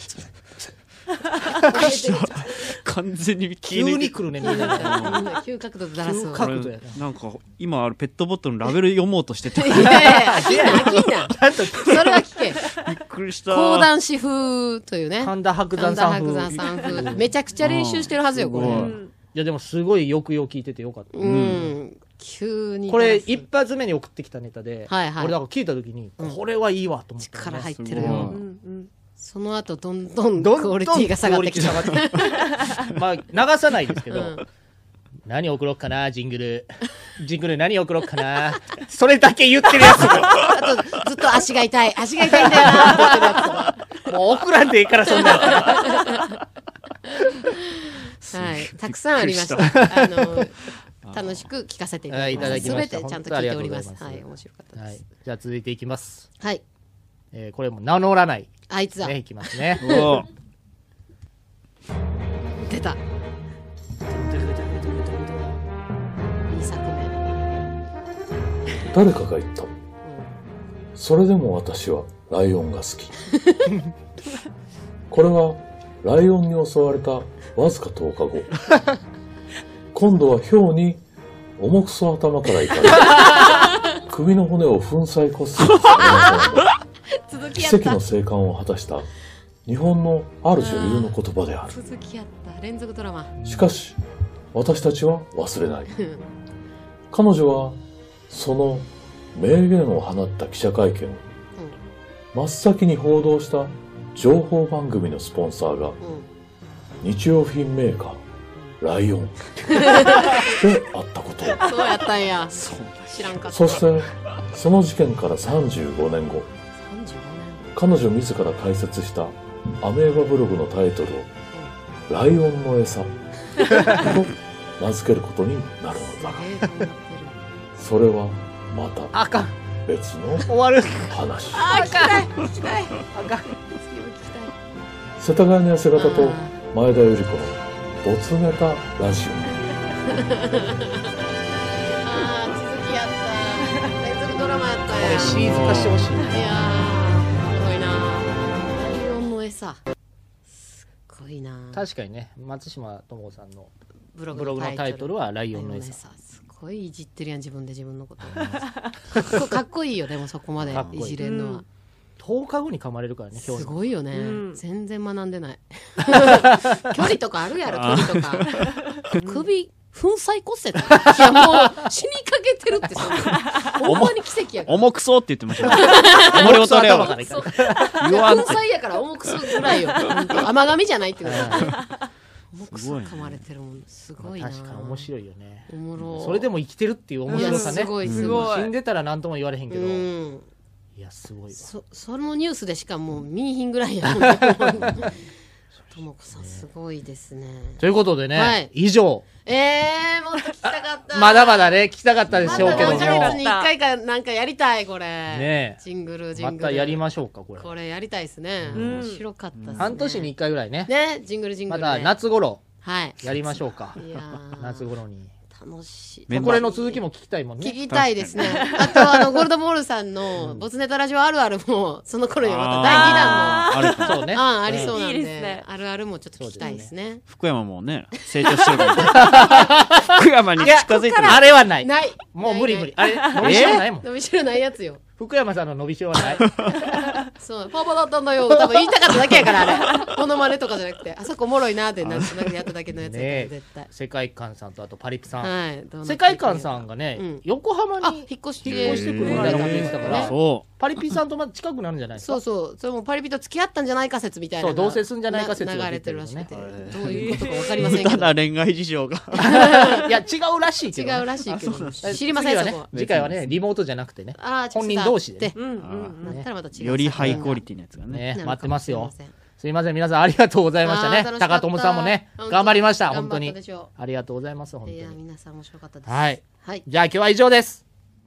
完全に急に来るねみんな。 急角度でダラスを。 なんか今あるペットボトルのラベル読もうとしてて。 いや飽きんな。それは聞け。 びっくりした。 講談師風というね。 神田伯山さん風。めちゃくちゃ練習してるはずよこれ。いやでもすごい抑揚聞いててよかった。 急に。 これ一発目に送ってきたネタで、 俺だから聞いた時にこれはいいわと思って。 力入ってるよ。その後どんどんクオリティが下がってきた。 まあ流さないですけど、何送ろうかなジングル何送ろうかな。それだけ言ってるやつ。 あとずっと足が痛いんだよなって言ってるやつ。もう送らんでいいからそんな。 はい、たくさんありました。 楽しく聞かせていただきます。すべてちゃんと聞いております。はい、面白かったです。 じゃあ続いていきます。 はい。 これも名乗らない。 あいつだ。 いきますね。 出た。2作目。 誰かが言った。それでも私はライオンが好き。これはライオンに襲われたわずか10日後。今度はヒョウに重くそ頭からいかれ、首の骨を粉砕骨折されました奇跡の生還を果たした日本のある女優の言葉である。 続きやった連続ドラマ。 しかし私たちは忘れない。彼女はその名言を放った記者会見を真っ先に報道した情報番組のスポンサーが日用品メーカーライオンであったことを。 そうやったんや。知らんかった。 そしてその事件から35年後、彼女自ら開設したアメーバブログのタイトルをライオンの餌と名付けることになるのだが、それはまた別の話。 聞きたい聞きたい。 世田谷の痩せ方と前田由里子のボツネタラジオ。 続きやった。連続ドラマやった。 これシリーズ化してほしい。いやー、すごいな。ライオンの餌。すごいな。 確かにね、松島智子さんのブログのタイトルはライオンの餌。 すごいいじってるやん、自分で自分のこと。かっこいいよ、でもそこまでいじれるのは。 10日後に噛まれるからね。 すごいよね、全然学んでない。距離とかあるやろ、距離とか。首粉砕骨折。いや、もう死にかけてるって。ほんまに奇跡やから。 重くそうって言ってました。重りを取れよ。 粉砕やから重くそうぐらいよ。甘噛みじゃないってこと。重くそう噛まれてるもん。すごいな。 確かに面白いよね。 おもろ。 それでも生きてるっていう面白さね。 すごいすごい。 死んでたら何とも言われへんけど。いや、すごいわ。 そのニュースでしかもう見いひんぐらいやもん。ともこさんすごいですね。 ということでね、以上。 もっと聞きたかった。 まだまだね、聞きたかったでしょうけども。 1ヶ月に1回かなんかやりたい、これ。 ねジングル。 またやりましょうか、これ。 これやりたいですね。面白かったですね。 半年に1回ぐらいね。 ね、ジングル。 また夏頃。 はい。 やりましょうか。夏頃に。 楽しい。 これの続きも聞きたいもんね。 聞きたいですね。あとゴールドボールさんのボツネタラジオあるあるもその頃にまた第2弾のそうね。 ありそうなんで、あるあるもちょっと聞きたいですね。 福山もね、成長してるから。福山に近づいてる。 あれはない。 ない。 もう無理。あれ、伸びしろないもん。 伸びしろないやつよ。 福山さんの伸びしろはない。 そう、パパだったんだよ。多分言いたかっただけやから、あれ。モノマネとかじゃなくて、あそこおもろいなってなんとなくやっただけのやつやから、絶対。 世界観さんとあとパリピさん。 はい。 世界観さんがね、横浜に引っ越してくるみたいなこと言ってたから、パリピさんとまだ近くなるんじゃないですか。 そう。それもパリピと付き合ったんじゃないか説みたいな。 そう、同棲すんじゃないか説流れてるらしくて。どういうことかわかりませんけど。 ただ恋愛事情が。 いや、違うらしいけど。 違うらしいけど。知りません、そこ。 次回はね、リモートじゃなくてね、本人同士で。 なったらまた違う。 よりハイクオリティのやつがね。 待ってますよ。すいません、皆さんありがとうございましたね。高友さんもね、頑張りました。本当に。ありがとうございます。本当に。 いや、皆さん面白かったです。 はい。じゃあ今日は以上です。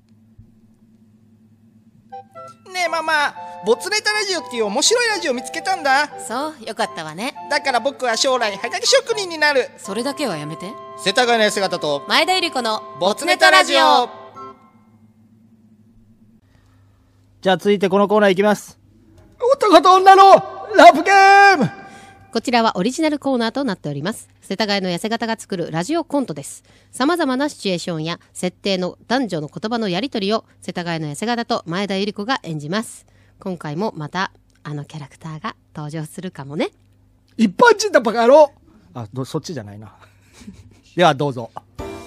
ねえママ、ボツネタラジオっていう面白いラジオ見つけたんだ。 そう、よかったわね。 だから僕は将来はがき職人になる。 それだけはやめて。 世田谷の姿と前田由里子のボツネタラジオ。 じゃあ続いてこのコーナーいきます。 男と女のラブゲーム。 こちらはオリジナルコーナーとなっております。世田谷の痩せ方が作るラジオコントです。様々なシチュエーションや設定の男女の言葉のやり取りを世田谷の痩せ方と前田由里子が演じます。今回もまたあのキャラクターが登場するかもね。 一般人だバカ野郎。 そっちじゃないな。ではどうぞ。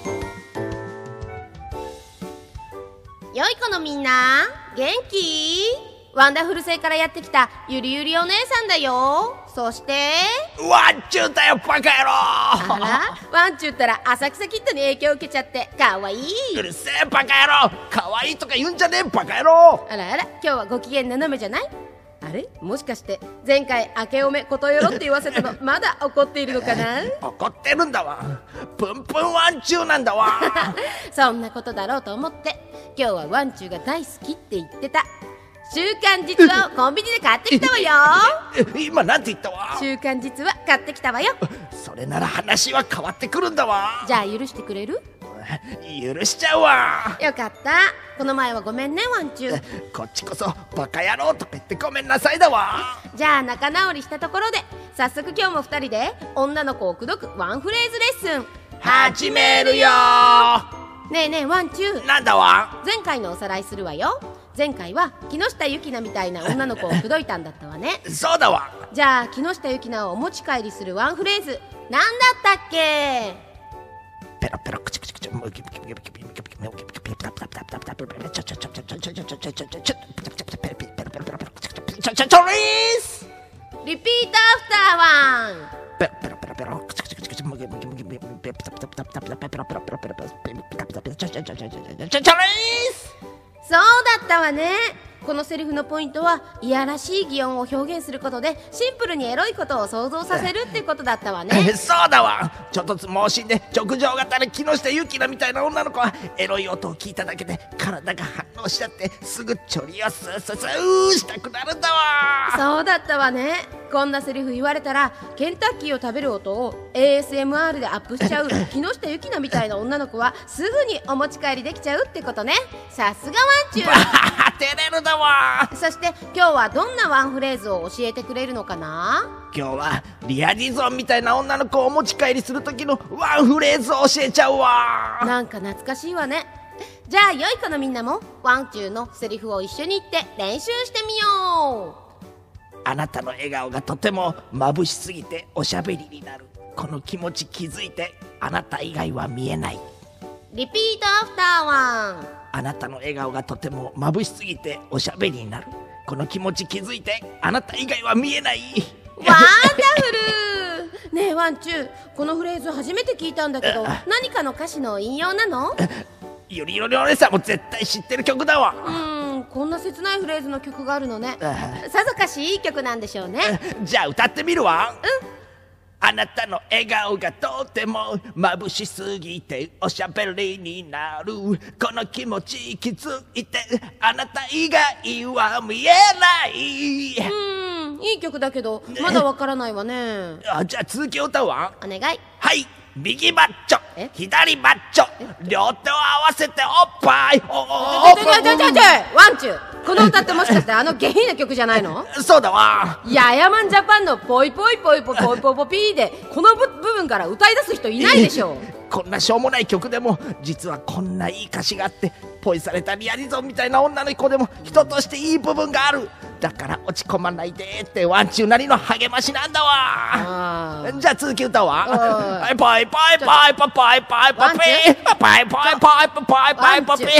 良い子のみんな、元気？ワンダフル星からやってきたゆりゆりお姉さんだよ。そしてワンチューだよバカ野郎。 あら、ワンチューったら浅草キッドに影響を受けちゃってかわいい。 うるせえバカ野郎。かわいいとか言うんじゃねえバカ野郎。 あらあら、今日はご機嫌斜めじゃない？ああれもしかして前回明けおめことよろって言わせたのまだ怒っているのかな怒ってるんだわ。プンプンワンチューなんだわ。 そんなことだろうと思って今日はワンチューが大好きって言ってた週刊実話をコンビニで買ってきたわよ。 今なんて言ったわ。 週刊実話買ってきたわよ。 それなら話は変わってくるんだわ。 じゃあ許してくれる？ 許しちゃうわ。 よかった。この前はごめんねワンチュー。 こっちこそバカ野郎とか言ってごめんなさいだわ。 じゃあ仲直りしたところで早速今日も2人で女の子を口説くワンフレーズレッスン始めるよ。 ねえねえワンチュー。 なんだわ。 前回のおさらいするわよ。前回は木下ゆきなみたいな女の子を口説いたんだったわね。 そうだわ。 じゃあ木下ゆきなをお持ち帰りするワンフレーズなんだったっけ？ ペロペロクチクチクチムキムキムキムキムキムキムキムキムキムキムキムキムリピートアフターワン。 ペロペロペロペロクチクチクチクチムキムキムキムキムペロペロペロペロペロペロペロペロペロペロそうだったわね。このセリフのポイントはいやらしい擬音を表現することでシンプルにエロいことを想像させるってことだったわね。 そうだわ。ちょっと猛進で直情型の木下ゆきなみたいな女の子はエロい音を聞いただけで体が反応しちゃってすぐチョリをスースースーしたくなるんだわ。 そうだったわね。こんなセリフ言われたらケンタッキーを食べる音を ASMR でアップしちゃう木下ゆきなみたいな女の子はすぐにお持ち帰りできちゃうってことね。さすがワンチュー。 照れるだわ。 そして今日はどんなワンフレーズを教えてくれるのかな？ 今日はリアディゾンみたいな女の子をお持ち帰りする時のワンフレーズを教えちゃうわ。 なんか懐かしいわね。じゃあ良い子のみんなもワンチューのセリフを一緒に言って練習してみよう。 あなたの笑顔がとても眩しすぎておしゃべりになる。この気持ち気づいてあなた以外は見えない。 リピートアフターワン。 あなたの笑顔がとても眩しすぎておしゃべりになる。この気持ち気づいてあなた以外は見えない。 ワンダフル。ねえワンチュー、このフレーズ初めて聞いたんだけど何かの歌詞の引用なの？ ゆりよりお姉さんも絶対知ってる曲だわ。 こんな切ないフレーズの曲があるのね。さぞかしいい曲なんでしょうね。 じゃあ歌ってみるわ。あなたの笑顔がとても眩しすぎておしゃべりになる。この気持ち気づいてあなた以外は見えない。 いい曲だけどまだわからないわね。 じゃあ続きを歌うわ。 お願い。 はい。右マッチョ左マッチョ両手を合わせておっぱい。 ワンチュー、この歌ってもしかしてあの下品な曲じゃないの？ そうだわ。 ヤヤマンジャパンのポイポイポイポイポイポイポピーでこの部分から歌い出す人いないでしょ。 こんなしょうもない曲でも実はこんないい歌詞があってポイされたリアリゾンみたいな女の子でも人としていい部分がある。だから落ち込まないでってワンチューなりの励ましなんだわ。じゃあ続き歌うわ。ポイポイポイポイポイポイポイポイポイポイポイポイポイポイポイ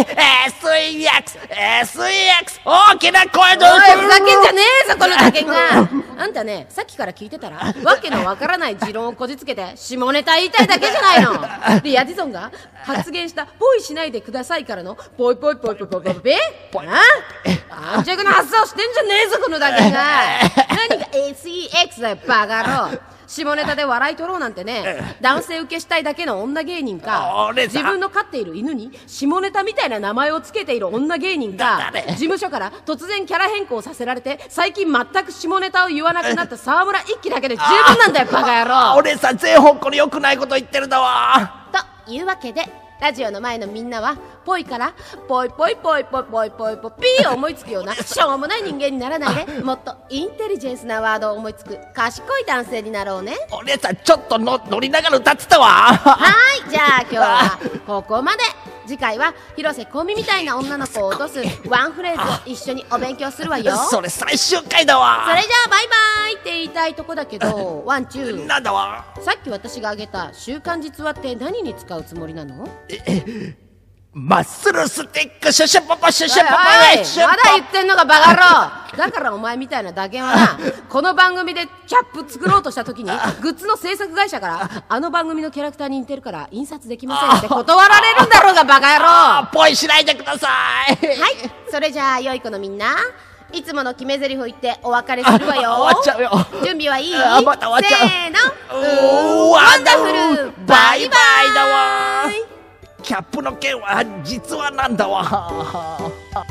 SEX 大きな声でふざけんじゃねえぞこの加減が。あんたねさっきから聞いてたらわけのわからない持論をこじつけて下ネタ言いたいだけじゃないの。リアディゾンが発言したポイしないでくださいからのポイポイポイポイポイポイポイ安直な発想してんじゃねえぞこのだけが。何が SEX だよバカ野郎。下ネタで笑い取ろうなんてね、男性受けしたいだけの女芸人か自分の飼っている犬に下ネタみたいな名前をつけている女芸人か事務所から突然キャラ変更させられて最近全く下ネタを言わなくなった沢村一樹だけで十分なんだよバカ野郎。 お姉さん全方向に良くないこと言ってるんだわ。 というわけでラジオの前のみんなはポイからポイポイポイポイポイポイポイピーを思いつくようなしょうもない人間にならないでもっとインテリジェンスなワードを思いつく賢い男性になろうね。 お姉さんちょっと乗りながら歌ってたわ。 はいじゃあ今日はここまで。次回は広瀬香美みたいな女の子を落とすワンフレーズを一緒にお勉強するわよ。 それ最終回だわ。 それじゃあバイバイって言いたいとこだけどワンチューなんだわ。 さっき私が挙げた週刊実話って何に使うつもりなの？ マッスルスティックシュシュポポシュシュポポシュまだ言ってんのかバカ野郎。だからお前みたいな打鍵はなこの番組でキャップ作ろうとした時にグッズの制作会社からあの番組のキャラクターに似てるから印刷できませんって断られるんだろうがバカ野郎。 ポイしないでください。 はいそれじゃあ良い子のみんないつもの決め台詞言ってお別れするわよ。 終わっちゃうよ。 準備はいい？ また終わっちゃう。 せーの。 ワンダフルバイバイだわ。キャップの件は実はなんだわ。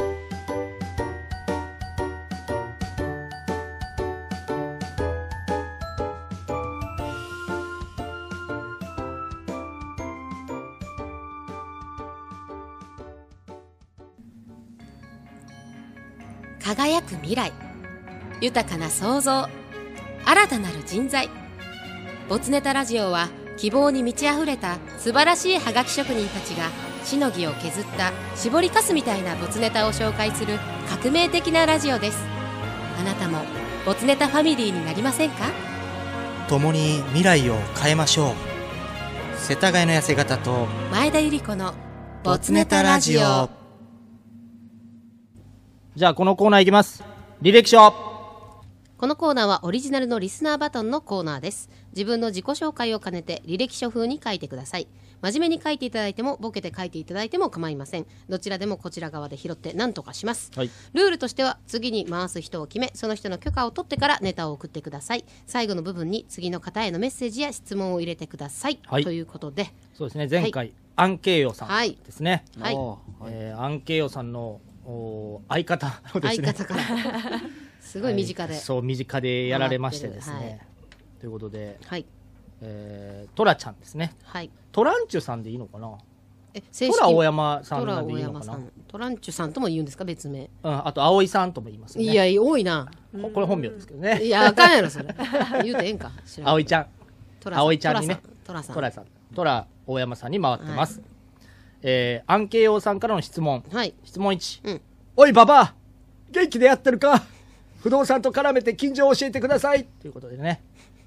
輝く未来、豊かな創造、新たなる人材。ボツネタラジオは希望に満ち溢れた素晴らしいハガキ職人たちがしのぎを削った絞りかすみたいなボツネタを紹介する革命的なラジオです。あなたもボツネタファミリーになりませんか？ 共に未来を変えましょう。世田谷の痩せ方と前田由里子のボツネタラジオ。 じゃあこのコーナーいきます。履歴書。 このコーナーはオリジナルのリスナーバトンのコーナーです。自分の自己紹介を兼ねて履歴書風に書いてください。真面目に書いていただいてもボケて書いていただいても構いません。どちらでもこちら側で拾って何とかします、はい、ルールとしては次に回す人を決め、その人の許可を取ってからネタを送ってください。最後の部分に次の方へのメッセージや質問を入れてください、はい、ということで、 そうですね、前回、はい、アンケイヨさんですね、 はい、 アンケイヨさんの相方のですね、 相方からすごい身近で、 そう身近でやられましてですね、ということで、トラちゃんですね、トランチュさんでいいのかな、トラ大山さんでいいのかな、 トランチュさんとも言うんですか、別名。 あと葵さんとも言いますね。 いや多いな、 これ本名ですけどね。 いやあかんやろそれ言うてええんか。 葵ちゃん、葵ちゃんにね、 トラさん、 トラ大山さんに回ってます。アンケイヨさんからの質問、質問1、おいババア元気でやってるか、不動産と絡めて近所を教えてくださいということでね、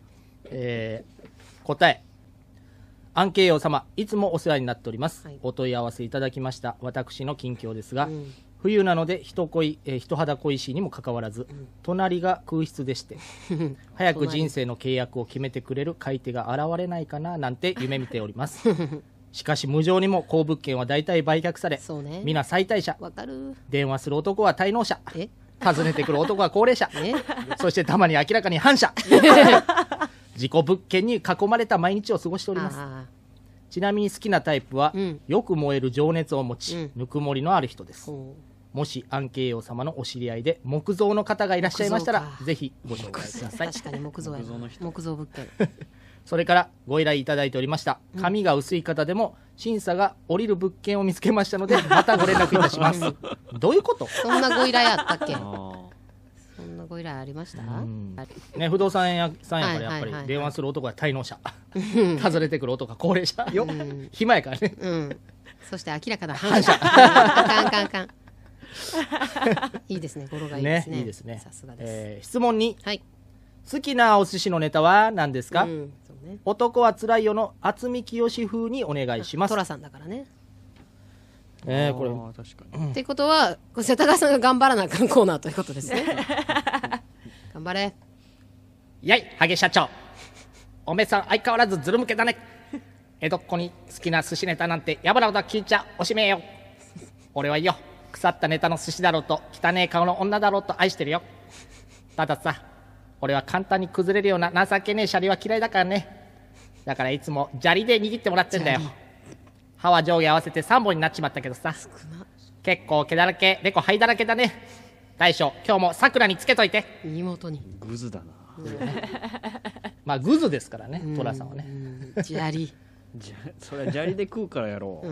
答え、アンケイヨ様いつもお世話になっております、お問い合わせいただきました私の近況ですが、冬なので人肌恋しいにもかかわらず、隣が空室でして早く人生の契約を決めてくれる買い手が現れないかななんて夢見ておりますしかし無情にも好物件は大体売却され、皆最大者、電話する男は滞納者、訪ねてくる男は高齢者そしてたまに明らかに反社事故物件に囲まれた毎日を過ごしております。ちなみに好きなタイプは、よく燃える情熱を持ち、ぬくもりのある人です。もしアンケイヨ様のお知り合いで木造の方がいらっしゃいましたらぜひご紹介ください。 確かに木造やな、木造物件それからご依頼いただいておりました髪が薄い方でも審査が降りる物件を見つけましたのでまたご連絡いたしますどういうこと？ そんなご依頼あったっけそんなご依頼ありました、 ね、不動産屋さんやからやっぱり電話する男は滞納者訪ねてくる男は高齢者よ暇やからね、 そして明らかな反社あかんいいですね、語呂がいいですね。 いいですね。 さすがです。 質問に、好きなお寿司のネタは何ですか？男はつらいよの渥美清風にお願いします。 トラさんだからね。 これ確かに。 ってことは世田谷さんが頑張らなあかんコーナーということですね。頑張れ。 やいハゲ社長、おめさん相変わらずずるむけだね。江戸っ子に好きな寿司ネタなんてやばなことは聞いちゃおしめよ。俺はいいよ、腐ったネタの寿司だろうと汚ねえ顔の女だろうと愛してるよ。たださ、俺は簡単に崩れるような情けねえシャリは嫌いだからね。だからいつも砂利で握ってもらってんだよ。歯は上下合わせて3本になっちまったけどさ、結構毛だらけでこ灰だらけだね。大将今日もさくらにつけといて。 妹にグズだなまあグズですからね、トラさんはね。 砂利それは砂利で食うからやろう。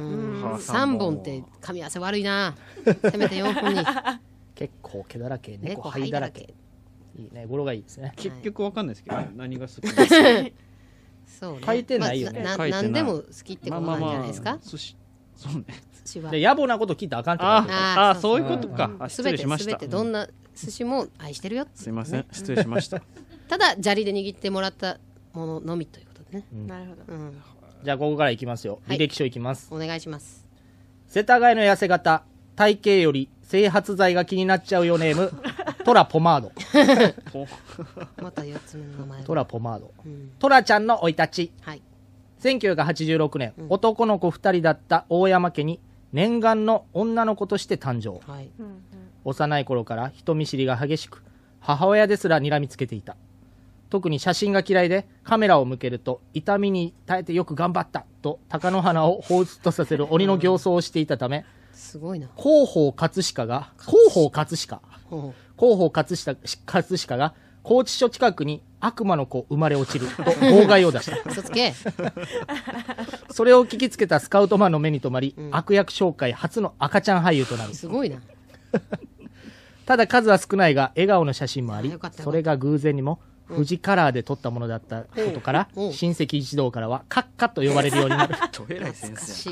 3本って噛み合わせ悪いな。せめて4本に。 結構毛だらけ、猫灰だらけ。いいね、語呂がいいですね。 結局わかんないですけど、何が好きですか。 そうね。 書いてないよね。 何でも好きってことなんじゃないですか。 寿司、そうね。 寿司は。 で野暮なこと聞いたらあかんってこと。 ああ、そういうことか。失礼しました。 すべてどんな寿司も愛してるよ。 すいません、失礼しました。 ただ砂利で握ってもらったもののみということでね。 なるほど。 じゃあここからいきますよ。履歴書いきます。 お願いします。 世田谷の痩せ型、体型より整髪剤が気になっちゃうよネームトラポマード。 また4つ目の名前。 トラポマード。トラちゃんの生い立ち。1986年、男の子2人だった大山家に念願の女の子として誕生、 はい、 幼い頃から人見知りが激しく母親ですら睨みつけていた。特に写真が嫌いでカメラを向けると痛みに耐えてよく頑張ったと貴乃花を彷彿とさせる鬼の形相をしていたため、 すごいな。 広報葛飾が拘置所近くに悪魔の子生まれ落ちると妨害を出した。 嘘つけ。 それを聞きつけたスカウトマンの目に留まり、悪役紹介初の赤ちゃん俳優となる。 すごいな。 ただ数は少ないが笑顔の写真もあり、それが偶然にも富士カラーで撮ったものだったことから、親戚一同からはカッカと呼ばれるようになる。 偉い先生。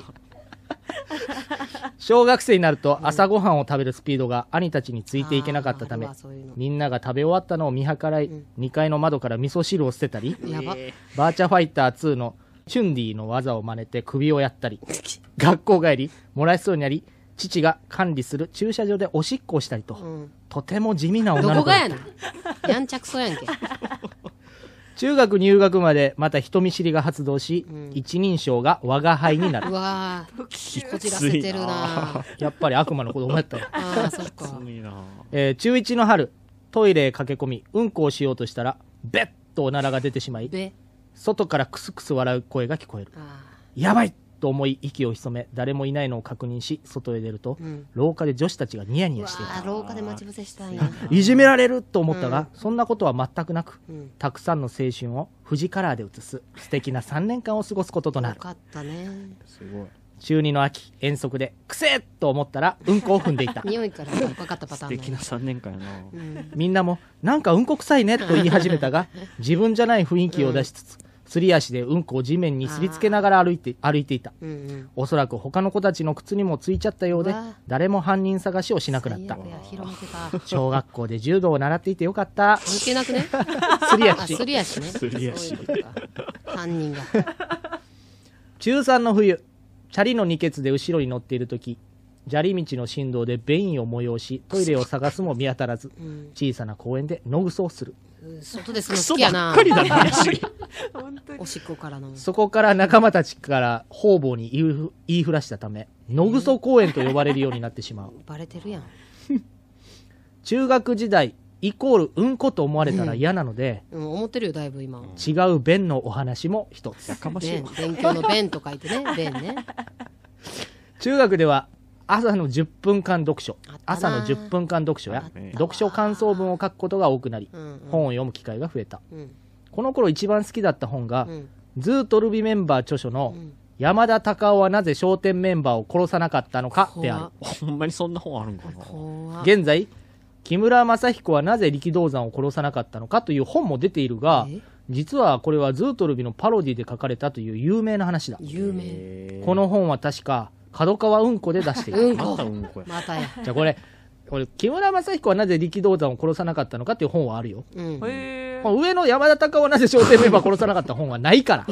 小学生になると朝ごはんを食べるスピードが兄たちについていけなかったため、みんなが食べ終わったのを見計らい、2階の窓から味噌汁を捨てたり、バーチャファイター2のチュンディの技を真似て首をやったり、学校帰りもらいそうになり父が管理する駐車場でおしっこをしたりと、とても地味な女の子だった。 どこがやなやんちゃくそやんけ。 中学入学までまた人見知りが発動し、一人称が我が輩になる。 うわー、こじらせてるな。 やっぱり悪魔の子供やったよ。 ああ、そっか。 中1の春、トイレへ駆け込みうんこをしようとしたらベッとおならが出てしまい、外からクスクス笑う声が聞こえる。やばいと思い息を潜め、誰もいないのを確認し外へ出ると、廊下で女子たちがニヤニヤしていた。 廊下で待ち伏せしたんや。 いじめられると思ったが、そんなことは全くなく、たくさんの青春を富士カラーで映す素敵な3年間を過ごすこととなる。 よかったね。 すごい。 中2の秋、遠足でくせっと思ったらうんこを踏んでいた。 匂いから分かったパターン。 素敵な3年間やな。 みんなもなんかうんこ臭いねと言い始めたが、自分じゃない雰囲気を出しつつ、すり足でうんこを地面にすりつけながら歩いていた。おそらく他の子たちの靴にもついちゃったようで、誰も犯人探しをしなくなった。小学校で柔道を習っていてよかった。 関係なくね。 すり足。 すり足ね。 すり足。 犯人が。 中3の冬、チャリの二ケツで後ろに乗っているとき、砂利道の振動で便意を催し、トイレを探すも見当たらず、小さな公園で野ぐそをする。 外でするの好きやな。おしっこからの。 そこから仲間たちから方々に言いふらしたため、野ぐそ公園と呼ばれるようになってしまう。 バレてるやん。 中学時代イコールうんこと思われたら嫌なので、 思ってるよだいぶ今。 違う便のお話も一つ。 やかましいわ。勉強の便と書いてね、便ね。 中学では朝の10分間読書や読書感想文を書くことが多くなり、本を読む機会が増えた。この頃一番好きだった本が、ズートルビメンバー著書の、山田隆夫はなぜ笑点メンバーを殺さなかったのかである。 ほんまにそんな本あるんかな。 現在木村正彦はなぜ力道山を殺さなかったのかという本も出ているが、実はこれはズートルビのパロディで書かれたという有名な話だ。 有名。 この本は確か角川うんこで出している。 またうんこや。またや。 じゃあこれ木村正彦はなぜ力道山を殺さなかったのかっていう本はあるよ。上の山田隆夫はなぜ笑点メンバーを殺さなかった本はないから。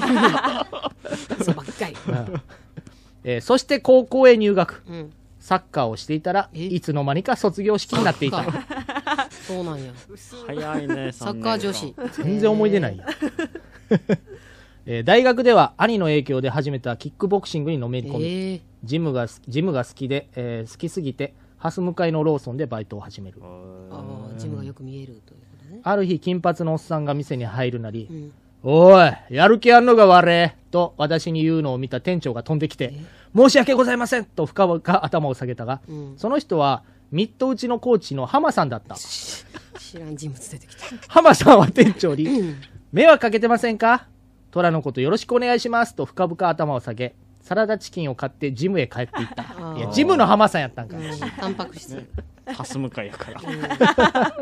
そうばっかり。 そして高校へ入学。サッカーをしていたらいつの間にか卒業式になっていた。 そうなんや。 早いね。 サッカー女子。 全然思い出ないや。大学では兄の影響で始めたキックボクシングにのめり込み、ジムが好きで、好きすぎてハス向かいのローソンでバイトを始める。 ジムがよく見えるということね。 ある日金髪のおっさんが店に入るなり、おいやる気あんのが悪いと私に言うのを見た店長が飛んできて、申し訳ございませんと深々頭を下げたが、その人はミット打ちのコーチの浜さんだった。 知らん人物出てきた。 浜さんは店長に、迷惑かけてませんか、虎のことよろしくお願いしますと深々頭を下げ、サラダチキンを買ってジムへ帰っていった。いやジムの浜さんやったんか。 タンパク質。 ハス向かいやから。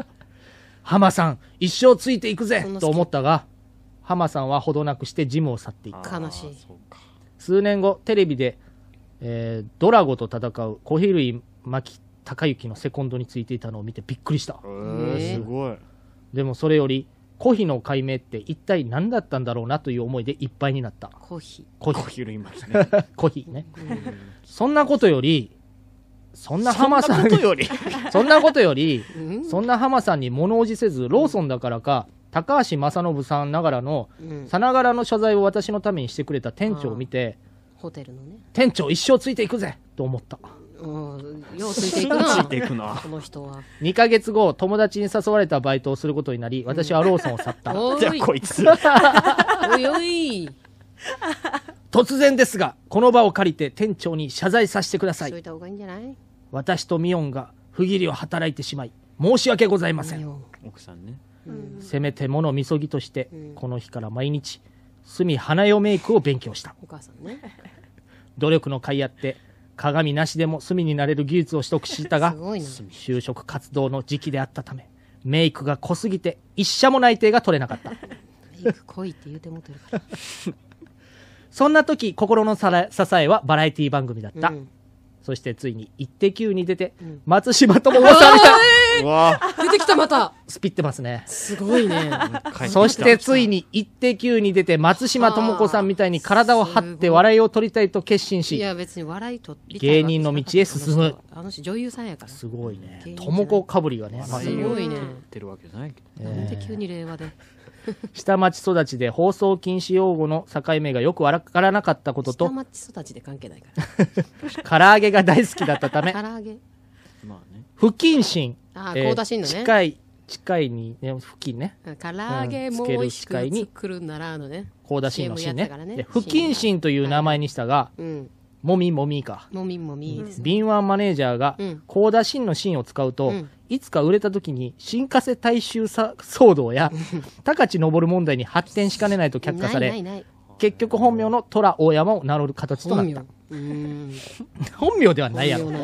浜さん一生ついていくぜと思ったが、浜さんはほどなくしてジムを去っていった。 悲しい。 数年後テレビで、ドラゴと戦う小比類巻孝之のセコンドについていたのを見てびっくりした。 すごい。 でもそれよりコヒの解明って一体何だったんだろうなという思いでいっぱいになった。 コヒ類巻ね。 コヒね。そんなことより、そんな浜さんそんな浜さんに物おじせず、ローソンだからか高橋正信さんながらのさながらの謝罪を私のためにしてくれた店長を見て、 ホテルのね。 店長一生ついていくぜと思った。 ようついていくな。 ついていくな。 この人は。 2ヶ月後、友達に誘われたバイトをすることになり、私はローソンを去った。 じゃあこいつ。 おいおい。 突然ですが、この場を借りて店長に謝罪させてください。 そういった方がいいんじゃない？ 私とミオンが不義理を働いてしまい、申し訳ございません。 奥さんね。 せめてものみそぎとして、この日から毎日、隅花代メイクを勉強した。 お母さんね。 努力の甲斐あって、鏡なしでも隅になれる技術を取得したが、就職活動の時期であったため、メイクが濃すぎて一社も内定が取れなかった。メイク濃いって言うてもてるから。 そんな時、心の支えはバラエティ番組だった。そしてついにイッテ Q に出て、松島智子さんみたい出てきたまた。 スピってますね。 すごいね。 そしてついにイッテ Q に出て松島智子さんみたいに体を張って笑いを取りたいと決心し、 いや別に笑い取り芸人の道へ進む。 あの人女優さんやから。 すごいね。智子かぶりがね。 すごいね。 てるわけじゃないけど。なんで急に令和で。 下町育ちで放送禁止用語の境目がよくわからなかったことと、 下町育ちで関係ないから唐揚げが大好きだったため、 唐揚げ、 不謹慎、 高田新のね、 近いにね、付近ね、 唐揚げも美味しく作るならのね、 高田新の新ね、不謹慎という名前にしたが、もみもみか。 もみもみですね。 敏腕マネージャーが、高田新の新を使うと、いつか売れた時に新加瀬大衆騒動や高知登る問題に発展しかねないと却下され、結局本名の虎大山を名乗る形となった。本名ではないやろ。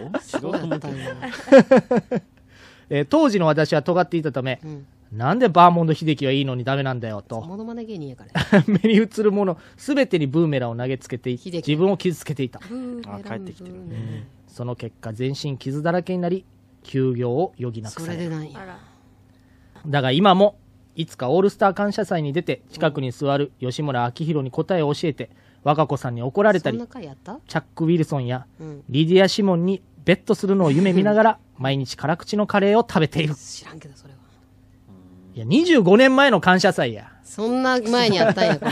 当時の私は尖っていたため、なんでバーモンド秀樹はいいのにダメなんだよと、 モノマネ芸人やから目に映るもの全てにブーメランを投げつけて自分を傷つけていた。 帰ってきてるね。 その結果全身傷だらけになり、休業を余儀なくされる。だが今もいつかオールスター感謝祭に出て近くに座る吉村明宏に答えを教えて、和歌子さんに怒られたり、チャック・ウィルソンやリディア・シモンにベットするのを夢見ながら毎日辛口のカレーを食べている。 知らんけどそれは。 いや25年前の感謝祭や。 そんな前にやったんやこ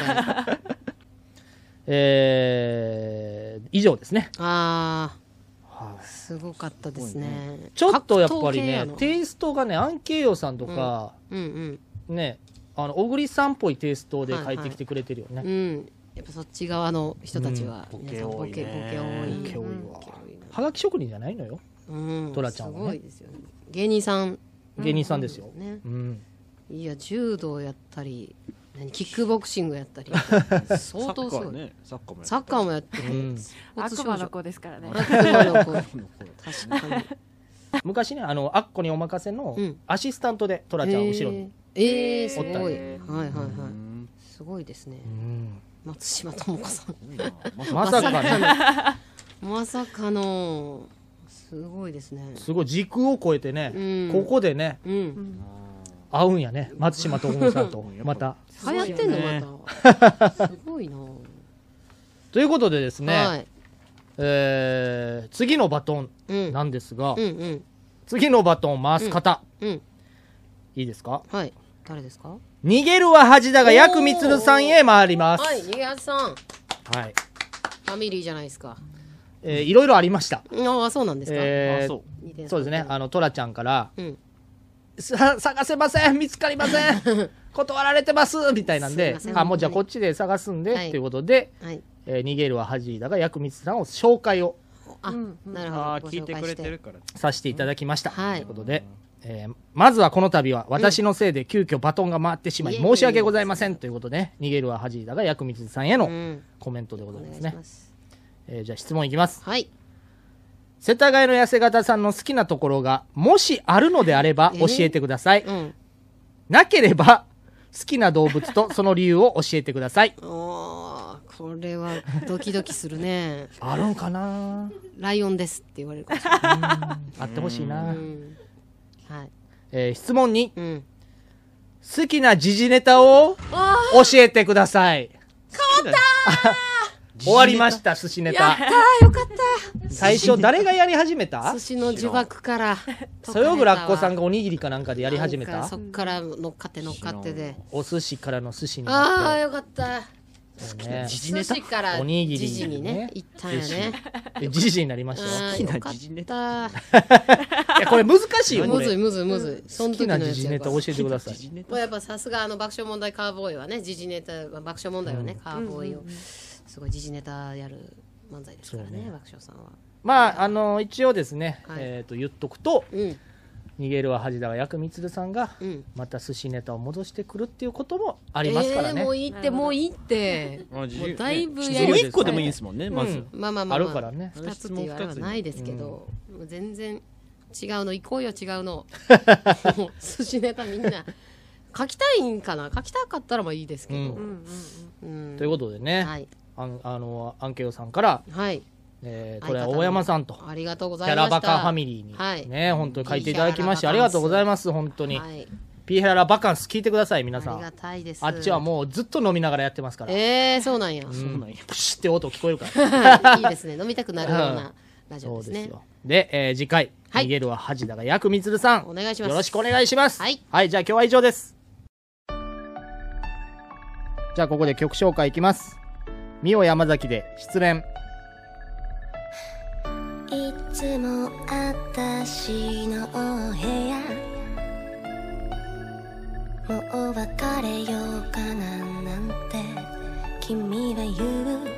れ。以上ですね。 すごかったですね。 ちょっとやっぱりね、テイストがね、アンケイヨさんとか、ね、小栗さんっぽいテイストで書いてきてくれてるよね。 やっぱそっち側の人たちはボケ多い。 はがき職人じゃないのよ。トラちゃんはね。 すごいですよね。芸人さんですよ。 いや柔道やったり。キックボクシングやったり相当すごい。サッカーもやってる。 悪魔の子ですからね。 悪魔の子。確かに。 昔ね、アッコにお任せのアシスタントでトラちゃん後ろにすごい。はいはいはい。すごいですね。松島智子さん。 まさかね。 まさかのすごいですね。 すごい時空を超えてね、ここでね。合うんやね、松島智子さんとまた流行ってんのまたすごいな。 ということでですね、次のバトンなんですが、次のバトンを回す方、いいですか？ はい、誰ですか？ 逃げるは恥だがヤクミツルさんへ回ります。 はい、逃げはじさん。 はい。 ファミリーじゃないですか。 いろいろありました。 ああ、そうなんですか。 そうですね、トラちゃんから、探せません、見つかりません、断られてますみたいなんで、もうじゃあこっちで探すんでということで、逃げるは恥だがヤクミツさんを紹介をなるほど、 聞いてくれてるからさせていただきました。ということで、まずはこの度は私のせいで急遽バトンが回ってしまい申し訳ございませんということで、逃げるは恥だがヤクミツさんへのコメントでございますね。じゃあ質問いきます。 はい。 世田谷の痩せ型さんの好きなところがもしあるのであれば教えてください。なければ好きな動物とその理由を教えてください。 これはドキドキするね。 あるんかな。 ライオンですって言われるかもしれない。 あってほしいな。 はい。 質問に、好きな時事ネタを教えてください。 変わった終わりました、寿司ネタ。 やったー、よかった。 最初誰がやり始めた？ 寿司の呪縛からそよぐらっこさんがおにぎりかなんかでやり始めた。 そっから乗っかってでお寿司からの寿司になって。ああ、よかった。 寿司からおにぎり時事にね行ったんよね。 時事になりましたよ。 よかった。 いやこれ難しいよ。 むずい。その時のやつ。 時事ネタ教えてください。 やっぱさすが爆笑問題カーボーイはね、時事ネタ爆笑問題はね、カーボーイをすごい時事ネタやる漫才ですからね、爆笑さんは。 まあ一応ですね、言っとくと、逃げるは恥だが、やくみつるさんがまた寿司ネタを戻してくるっていうこともありますからね。 もういいってもううだいぶやる。1個でもいいですもんね。まずまああるからね。 2つって言われはないですけど、全然違うの行こうよ、違うの。寿司ネタみんな書きたいんかな、書きたかったらまあいいですけど。 ということでね、アンケヨさんからこれは大山さんとありがとうございました。 キャラバカファミリーにね本当に書いていただきましてありがとうございます。本当にピーヘラバカンス聞いてください皆さん。 ありがたいです。 あっちはもうずっと飲みながらやってますから。 そうなんや。 プシって音聞こえるからいいですね。飲みたくなるようなラジオですね。 で次回逃げるは恥だがやくみつるさんお願いします。 よろしくお願いします。はいじゃあ今日は以上です。じゃあここで曲紹介いきます。ミオ山崎で失恋。 いつもあたしのお部屋もう別れようかななんて君は言う。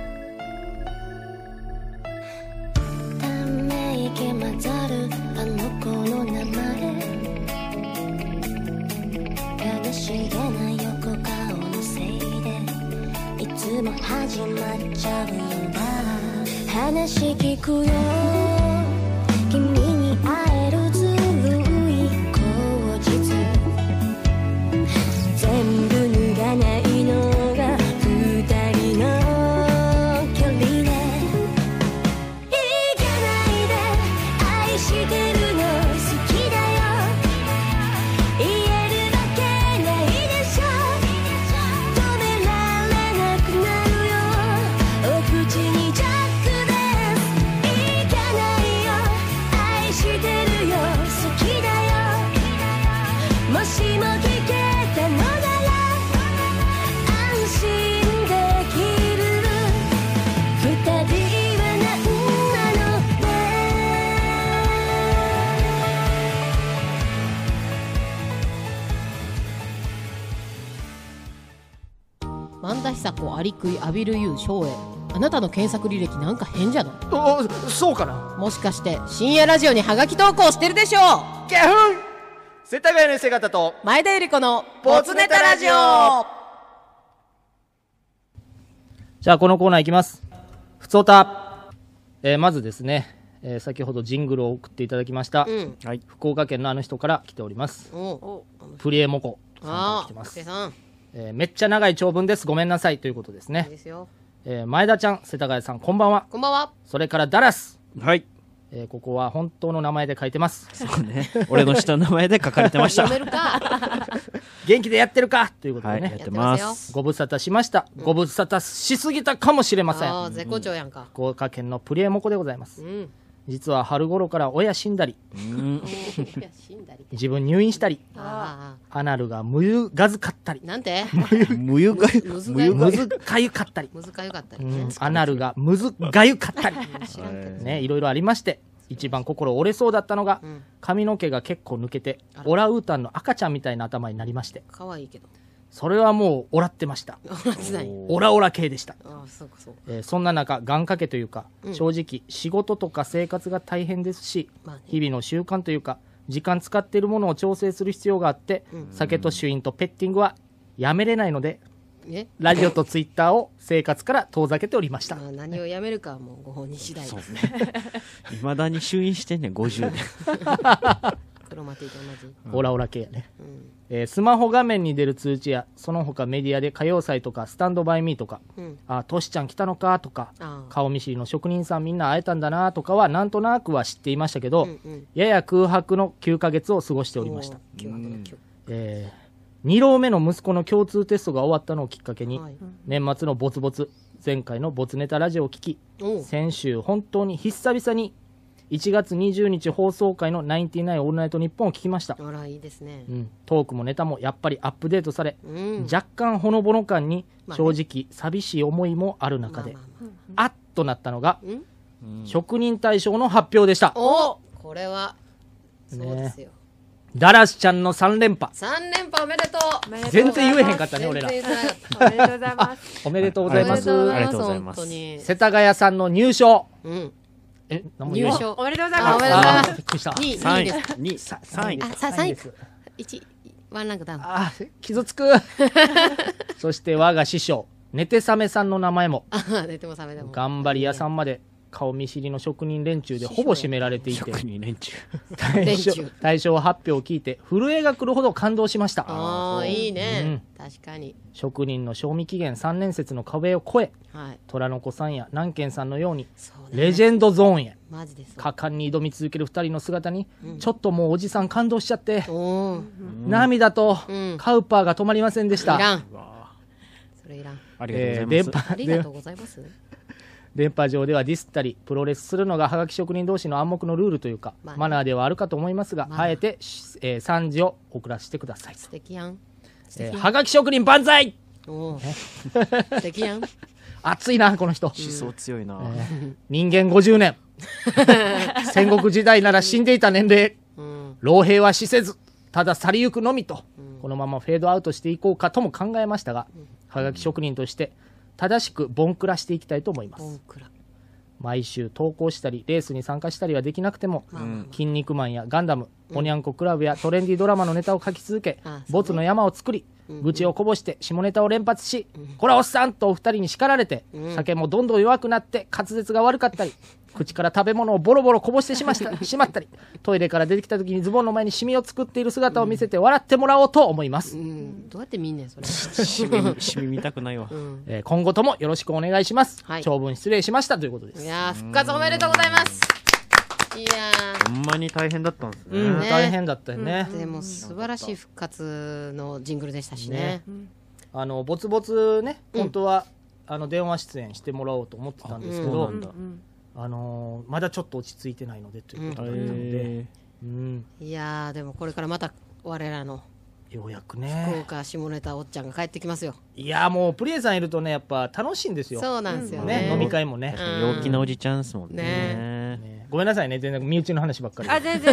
ため息混ざるあの子の名前悲しげな横顔のせいでいつも始まっちゃうんだ。話聞くよ君に会えるずるい口実全部脱がないのが二人の距離で行かないで愛してるの好きだよ言えるわけないでしょ止められなくなるよお口にじゃもしも聞けたのなら安心できる二人は何なのね。萬田久子アリクイアビルユー翔英、あなたの検索履歴なんか変じゃない？ そうかな。 もしかして深夜ラジオにハガキ投稿してるでしょう。 ギャフン世田谷の姿と前田ゆり子のボツネタラジオ。 じゃあこのコーナーいきます。ふつおた、まずですね、先ほどジングルを送っていただきました、福岡県のあの人から来ております。プリエモコさんから来てます。めっちゃ長い長文ですごめんなさいということですね。前田ちゃん世田谷さんこんばんは。 こんばんは。 それからダラス、 はいここは本当の名前で書いてます。 そうね。俺の下の名前で書かれてました。 読めるか。 元気でやってるかということでね。 やってます。 ご無沙汰しました。ご無沙汰しすぎたかもしれません。 絶好調やんか。 福岡県のプリエモコでございます。実は春頃から親死んだり、自分入院したり、アナルがむゆがずかったり。 なんて？ むゆがゆむずかゆかったり。アナルがむずがゆかったり。ね、いろいろありまして、一番心折れそうだったのが、髪の毛が結構抜けてオランウータンの赤ちゃんみたいな頭になりまして。 可愛いけど。 それはもうオラってました。オラオラ系でした。そんな中願掛けというか、正直仕事とか生活が大変ですし、日々の習慣というか時間使っているものを調整する必要があって、酒と酒飲とペッティングはやめれないので、ラジオとツイッターを生活から遠ざけておりました。 何をやめるかはもうご本人次第です。 いまだに就院してんねん50で。 クロマティと同じ。 オラオラ系やね。スマホ画面に出る通知やその他メディアで歌謡祭とかスタンドバイミーとか、トシちゃん来たのかとか、顔見知りの職人さんみんな会えたんだなとかはなんとなくは知っていましたけど、やや空白の9ヶ月を過ごしておりました。2浪目の息子の共通テストが終わったのをきっかけに、年末のボツボツ前回のボツネタラジオを聞き、先週本当に久々に 1月20日放送回のナインティナインオールナイトニッポンを聞きました。 あらいいですね。 トークもネタもやっぱりアップデートされ、 うん若干ほのぼの感にまあね正直寂しい思いもある中で、あっとなったのが、職人大賞の発表でした。 お、これはそうですよ。 ダラスちゃんの3連覇。 3連覇おめでとう。 全然言えへんかったね俺ら。 全然言えなかった。 おめでとうございます。 おめでとうございます。 ありがとうございます。 世田谷さんの入賞。 うん。 何も言えない入賞おめでとうございます。 おめでとうございます。 びっくりした。 2位です。 3位あ、3位か。1ワンランクダウン。 あ、傷つく。そして我が師匠寝てさめさんの名前も寝てもさめでも頑張り屋さんまで顔見知りの職人連中でほぼ占められていて、 職人連中大賞発表を聞いて震えが来るほど感動しました。 ああいいね、確かに。 職人の賞味期限3年節の壁を越え、 はい、 虎の子さんや南健さんのようにレジェンドゾーンへマジでそう果敢に挑み続ける2人の姿に、ちょっともうおじさん感動しちゃって、涙とカウパーが止まりませんでした。 いらんそれいらん。 ありがとうございます。 ありがとうございます。 電波上ではディスったりプロレスするのがはがき職人同士の暗黙のルールというか、マナーではあるかと思いますが、あえて、賛辞を送らせてください。 素敵やん。 はがき職人万歳。 素敵やん。 熱いなこの人。 思想強いな。 人間50年戦国時代なら死んでいた年齢、老兵は死せずただ去りゆくのみと、このままフェードアウトしていこうかとも考えましたが、はがき職人として正しくボンクラしていきたいと思います。毎週投稿したりレースに参加したりはできなくても、筋肉マンやガンダム、おにゃんこクラブやトレンディドラマのネタを書き続け、ボツの山を作り、愚痴をこぼして下ネタを連発し、こらおっさんとお二人に叱られて、酒もどんどん弱くなって滑舌が悪かったり、口から食べ物をボロボロこぼしてしまったり、トイレから出てきた時にズボンの前にシミを作っている姿を見せて笑ってもらおうと思います。 どうやって見んねんそれ。 シミ見たくないわ。 今後ともよろしくお願いします。長文失礼しましたということです。 いや復活おめでとうございます。いやほんまに大変だったんですね。 大変だったよね。 でも素晴らしい復活のジングルでしたしね。 ボツボツね、本当は電話出演してもらおうと思ってたんですけど、まだちょっと落ち着いてないのでということだったので、 いやでもこれからまた我らのようやくね福岡下ネタおっちゃんが帰ってきますよ。 いやもうプリエさんいるとねやっぱ楽しいんですよ。 そうなんですよね。 飲み会もね、 陽気なおじちゃんですもんね。 ごめんなさいね、全然身内の話ばっかり。 あ全然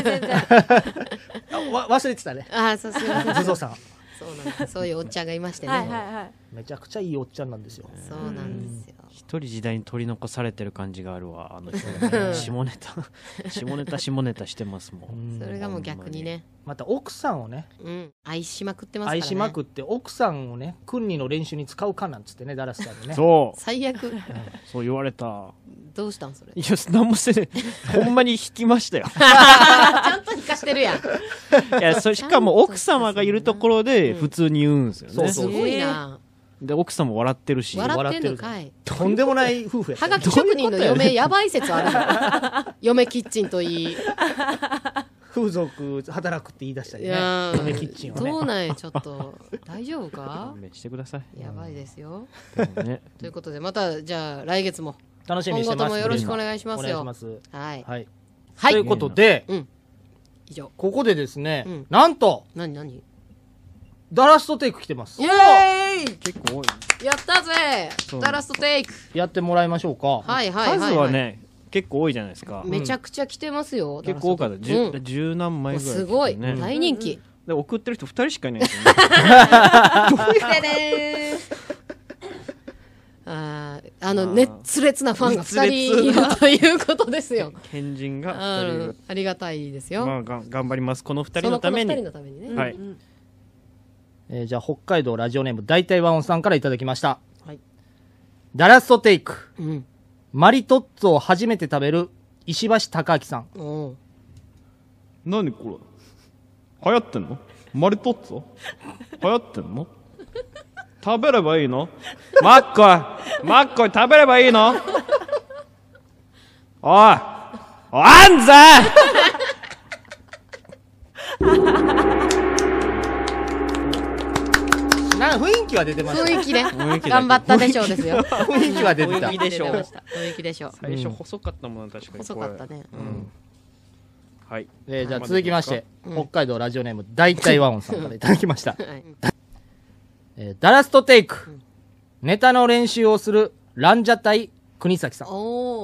忘れてたね。 あそうすみません。 ズゾさん。 そうなんです。そういうおっちゃんがいましてね。 めちゃくちゃいいおっちゃんなんですよ。 そうなんですよ。 一人時代に取り残されてる感じがあるわ、あの人。下ネタしてますもん。 それがもう逆にね。 また奥さんをね、 愛しまくってますからね。 愛しまくって奥さんをね、訓練の練習に使うかなんつってね、ダラスさんにね。 そう。 最悪。 そう言われた。 どうしたんそれ。 いや何もしてない。ほんまに引きましたよ。 ちゃんと引かしてるやん。 いやしかも奥様がいるところで普通に言うんですよね。 すごいな。 で奥さんも笑ってるし。 笑ってんのかい。 とんでもない夫婦や。 はがき職人の嫁やばい説あるの。嫁キッチンといい。 風俗働くって言い出したりね。嫁キッチンをね。 どうなんちょっと大丈夫か。 勘弁してください。 やばいですよ。 ということでまたじゃあ来月も楽しみにしてます。 今後ともよろしくお願いしますよ。 お願いします。 はいはい。ということで、 以上ここでですね、なんと何ダラストテイク来てます。 イエーイ。 結構多い。 やったぜ。ダラストテイクやってもらいましょうか。 はいはいはい。 数はね結構多いじゃないですか。 めちゃくちゃ来てますよ。 結構多かった。10何枚ぐらい。 すごい大人気。 で送ってる人2人しかいないですよね。 熱烈なファンが2人いるということですよ。 賢人が2人いる。 ありがたいですよ。 まあ頑張ります。この2人のために。 この2人のためにね。 はい。 じゃあ北海道ラジオネーム大体ワンオンさんからいただきました。ダラストテイク。マリトッツォを初めて食べる石橋貴明さん。 何これ流行ってんの？マリトッツォ流行ってんの？食べればいいの？マッコイ食べればいいの？おいあんぜ雰囲気は出てました。 雰囲気ね。頑張ったでしょうですよ。 雰囲気は出てた。 雰囲気でしょう。 雰囲気でしょう。 最初細かったもん確かに。 細かったね。 はい。 じゃあ続きまして、北海道ラジオネーム大体ワンオンさんからいただきました。ダラストテイク、ネタの練習をするランジャタイ国崎さん。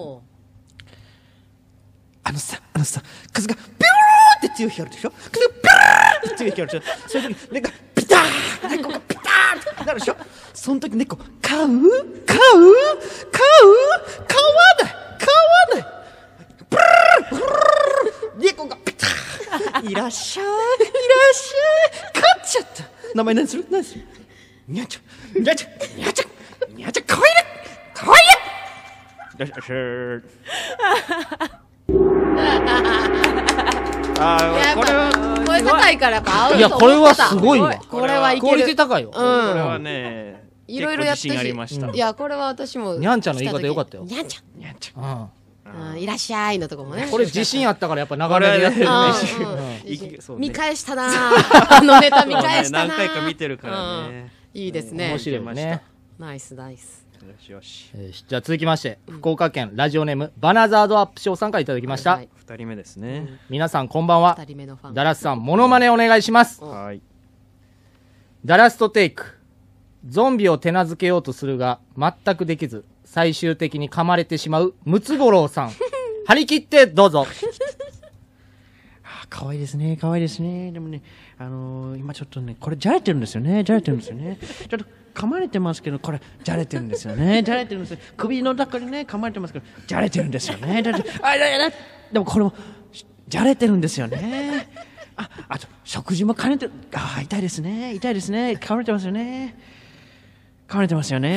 あのさ、風がビューって強い日あるでしょ。風がビューって強い日あるでしょ。そういう時猫がピター、猫がピターってなるでしょ。その時猫、飼わない。猫がピター、いらっしゃい、飼っちゃった。名前何する？にゃちゃ、かわいい。 よしよし。 これは声高いからか合うと思った。 いやこれはすごいわ。 これはいける。 クオリティ高いよ。 これはね、 いろいろやってありました。 いやこれは私もにゃんちゃんの言い方良かったよ。 にゃんちゃん。いらっしゃいのとこもね。 これ自信あったからやっぱ長めでやってるね。 見返したな。あのネタ見返したな。 何回か見てるからね。 いいですね。 面白いね。 ナイスナイス。 よし。 じゃあ続きまして福岡県ラジオネームバナザードアップショーさんからいただきました。 2人目ですね。 皆さんこんばんは。 2人目のファン。 ダラスさんモノマネお願いします。 はい。 ダラストテイク。ゾンビを手なずけようとするが全くできず最終的に噛まれてしまうムツゴロウさん。張り切ってどうぞ。 可愛いですね、可愛いですね。でもね、今ちょっとね、これじゃれてるんですよね、ちょっと噛まれてますけど、これじゃれてるんですよね、首の中にね、噛まれてますけど、じゃれてるんですよね。でもこれもじゃれてるんですよね。あと食事も兼ねてる。痛いですね、噛まれてますよね。イメ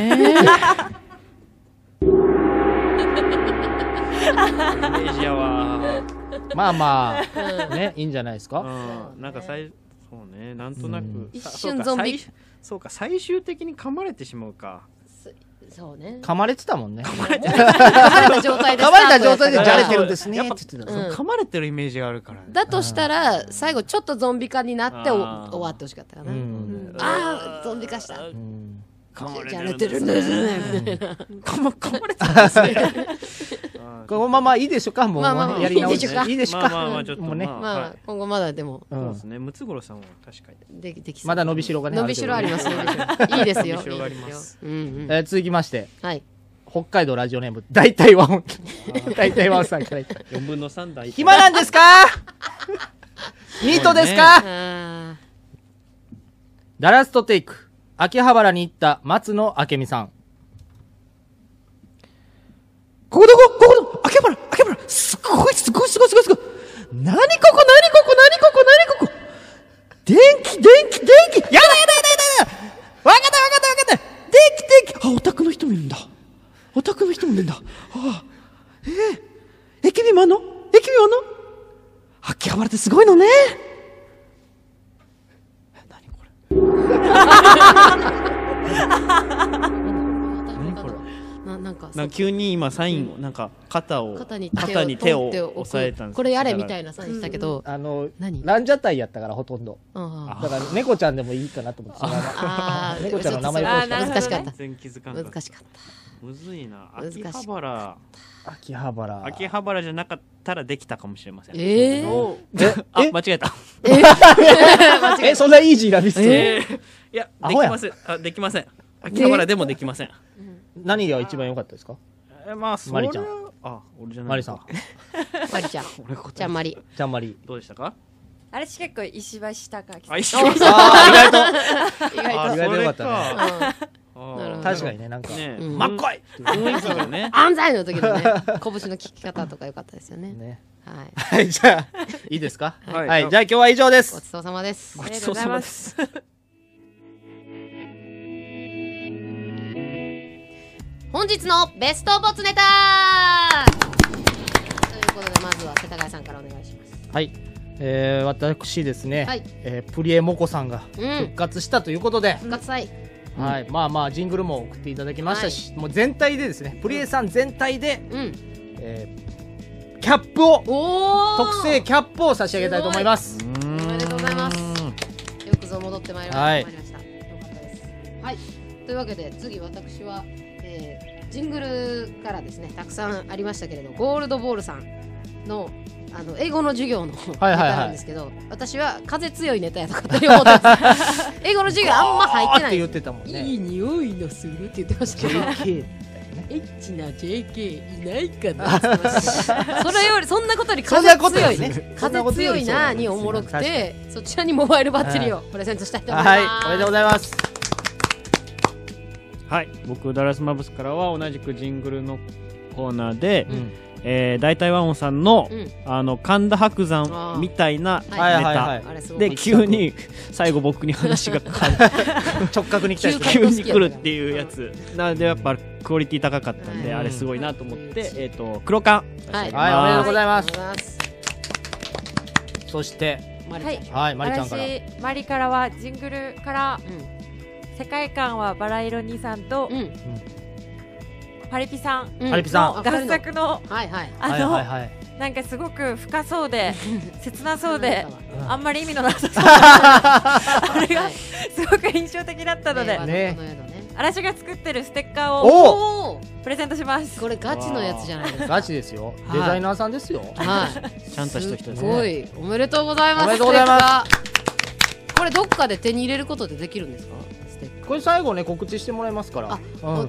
ージやわ。 まあね、いいんじゃないですか。 なんかそうね、なんとなく一瞬ゾンビ。 そうか、最終的に噛まれてしまうか。 そうね。 噛まれてたもんね。 噛まれた状態でじゃれてるんですね。 噛まれてるイメージがあるから。 だとしたら最後ちょっとゾンビ化になって終わってほしかったかな。ゾンビ化した。じゃれてるんですね。 噛まれてるんですね。 このままいいでしょうか。もうやり直しいいでしょうか。 まあちょっともうね。 今後まだでも。 そうですね。ムツゴロウさんは確かにできそう。 まだ伸びしろがね。 伸びしろあります。いいですよ。 続きまして。 はい。 北海道ラジオネーム大体ワンさんから 4分の3だ。 暇なんですか。ニートですか。ダラストテイク。秋葉原に行った松野明美さん。 ここ秋葉原すごい何ここ電気やだわかった電気オタクの人もいるんだ。駅ビマの秋葉原ってすごいのね。何これなんか急に今サインをなんか肩に手を押さえたんです。 これやれみたいなサインしたけど、 ランジャタイやったからほとんど。だから猫ちゃんでもいいかなと思って。猫ちゃんの名前を難しかった。 全然気づかなかった。むずいな。秋葉原じゃなかったらできたかもしれません。間違えた。 そんなイージーなミス。 いやできません。秋葉原でもできません。 何が一番良かったですか。 マリちゃん。 俺じゃない。マリさん。 マリちゃん。ちゃんまり。 どうでしたか。 あれ結構石橋貴明。 意外と良かったね。確かにね、なんかまっこい雰囲気がね、安西の時のね拳の効き方とか良かったですよね。 はい、じゃあいいですか。はい、じゃあ今日は以上です。 ごちそうさまです。 ごちそうさまです。 本日のベストボツネタということで、まずは世田谷さんからお願いします。 はい、私ですね、プリエモコさんが復活したということで、 復活祭、 はい、まあジングルも送っていただきましたし、もう全体でですね、プリエさん全体で、キャップを、特製キャップを差し上げたいと思います。 おめでとうございます。よくぞ戻ってまいりました。よかったです。はい、というわけで次私は、ジングルからですね、たくさんありましたけれど、ゴールドボールさんの英語の授業のネタなんですけど、私は風強いネタやとかって思ってます英語の授業あんま入ってない。 言ってたもんね。 いい匂いのするって言ってましたけど JK エッチな JK いないかなって言ってましたそれよりそんなことより風強いね、風強いなにおもろくて、そちらにモバイルバッテリーをプレゼントしたいと思います。 はい、おめでとうございます。 はい、僕ダラスマブスからは同じくジングルのコーナーで、大体ワンオンさんの、神田伯山みたいなネタで急に最後僕に話が直角に来た人急に来るっていうやつなので、やっぱクオリティ高かったんで、あれすごいなと思って、黒缶、 はい、おめでとうございます。そしてはい、 マリちゃんから。 私マリからはジングルから、世界観はバラ色兄さんと、パリピさん、 パリピさん合作のなんかすごく深そうで切なそうであんまり意味のなさそうあれがすごく印象的だったので、嵐が作ってるステッカーをプレゼントします。 これガチのやつじゃないですか。 ガチですよ、デザイナーさんですよ。 ちゃんとした人ですね。 すごいおめでとうございます。 おめでとうございます。 これどっかで手に入れることってできるんですか？ これ最後ね告知してもらいますから。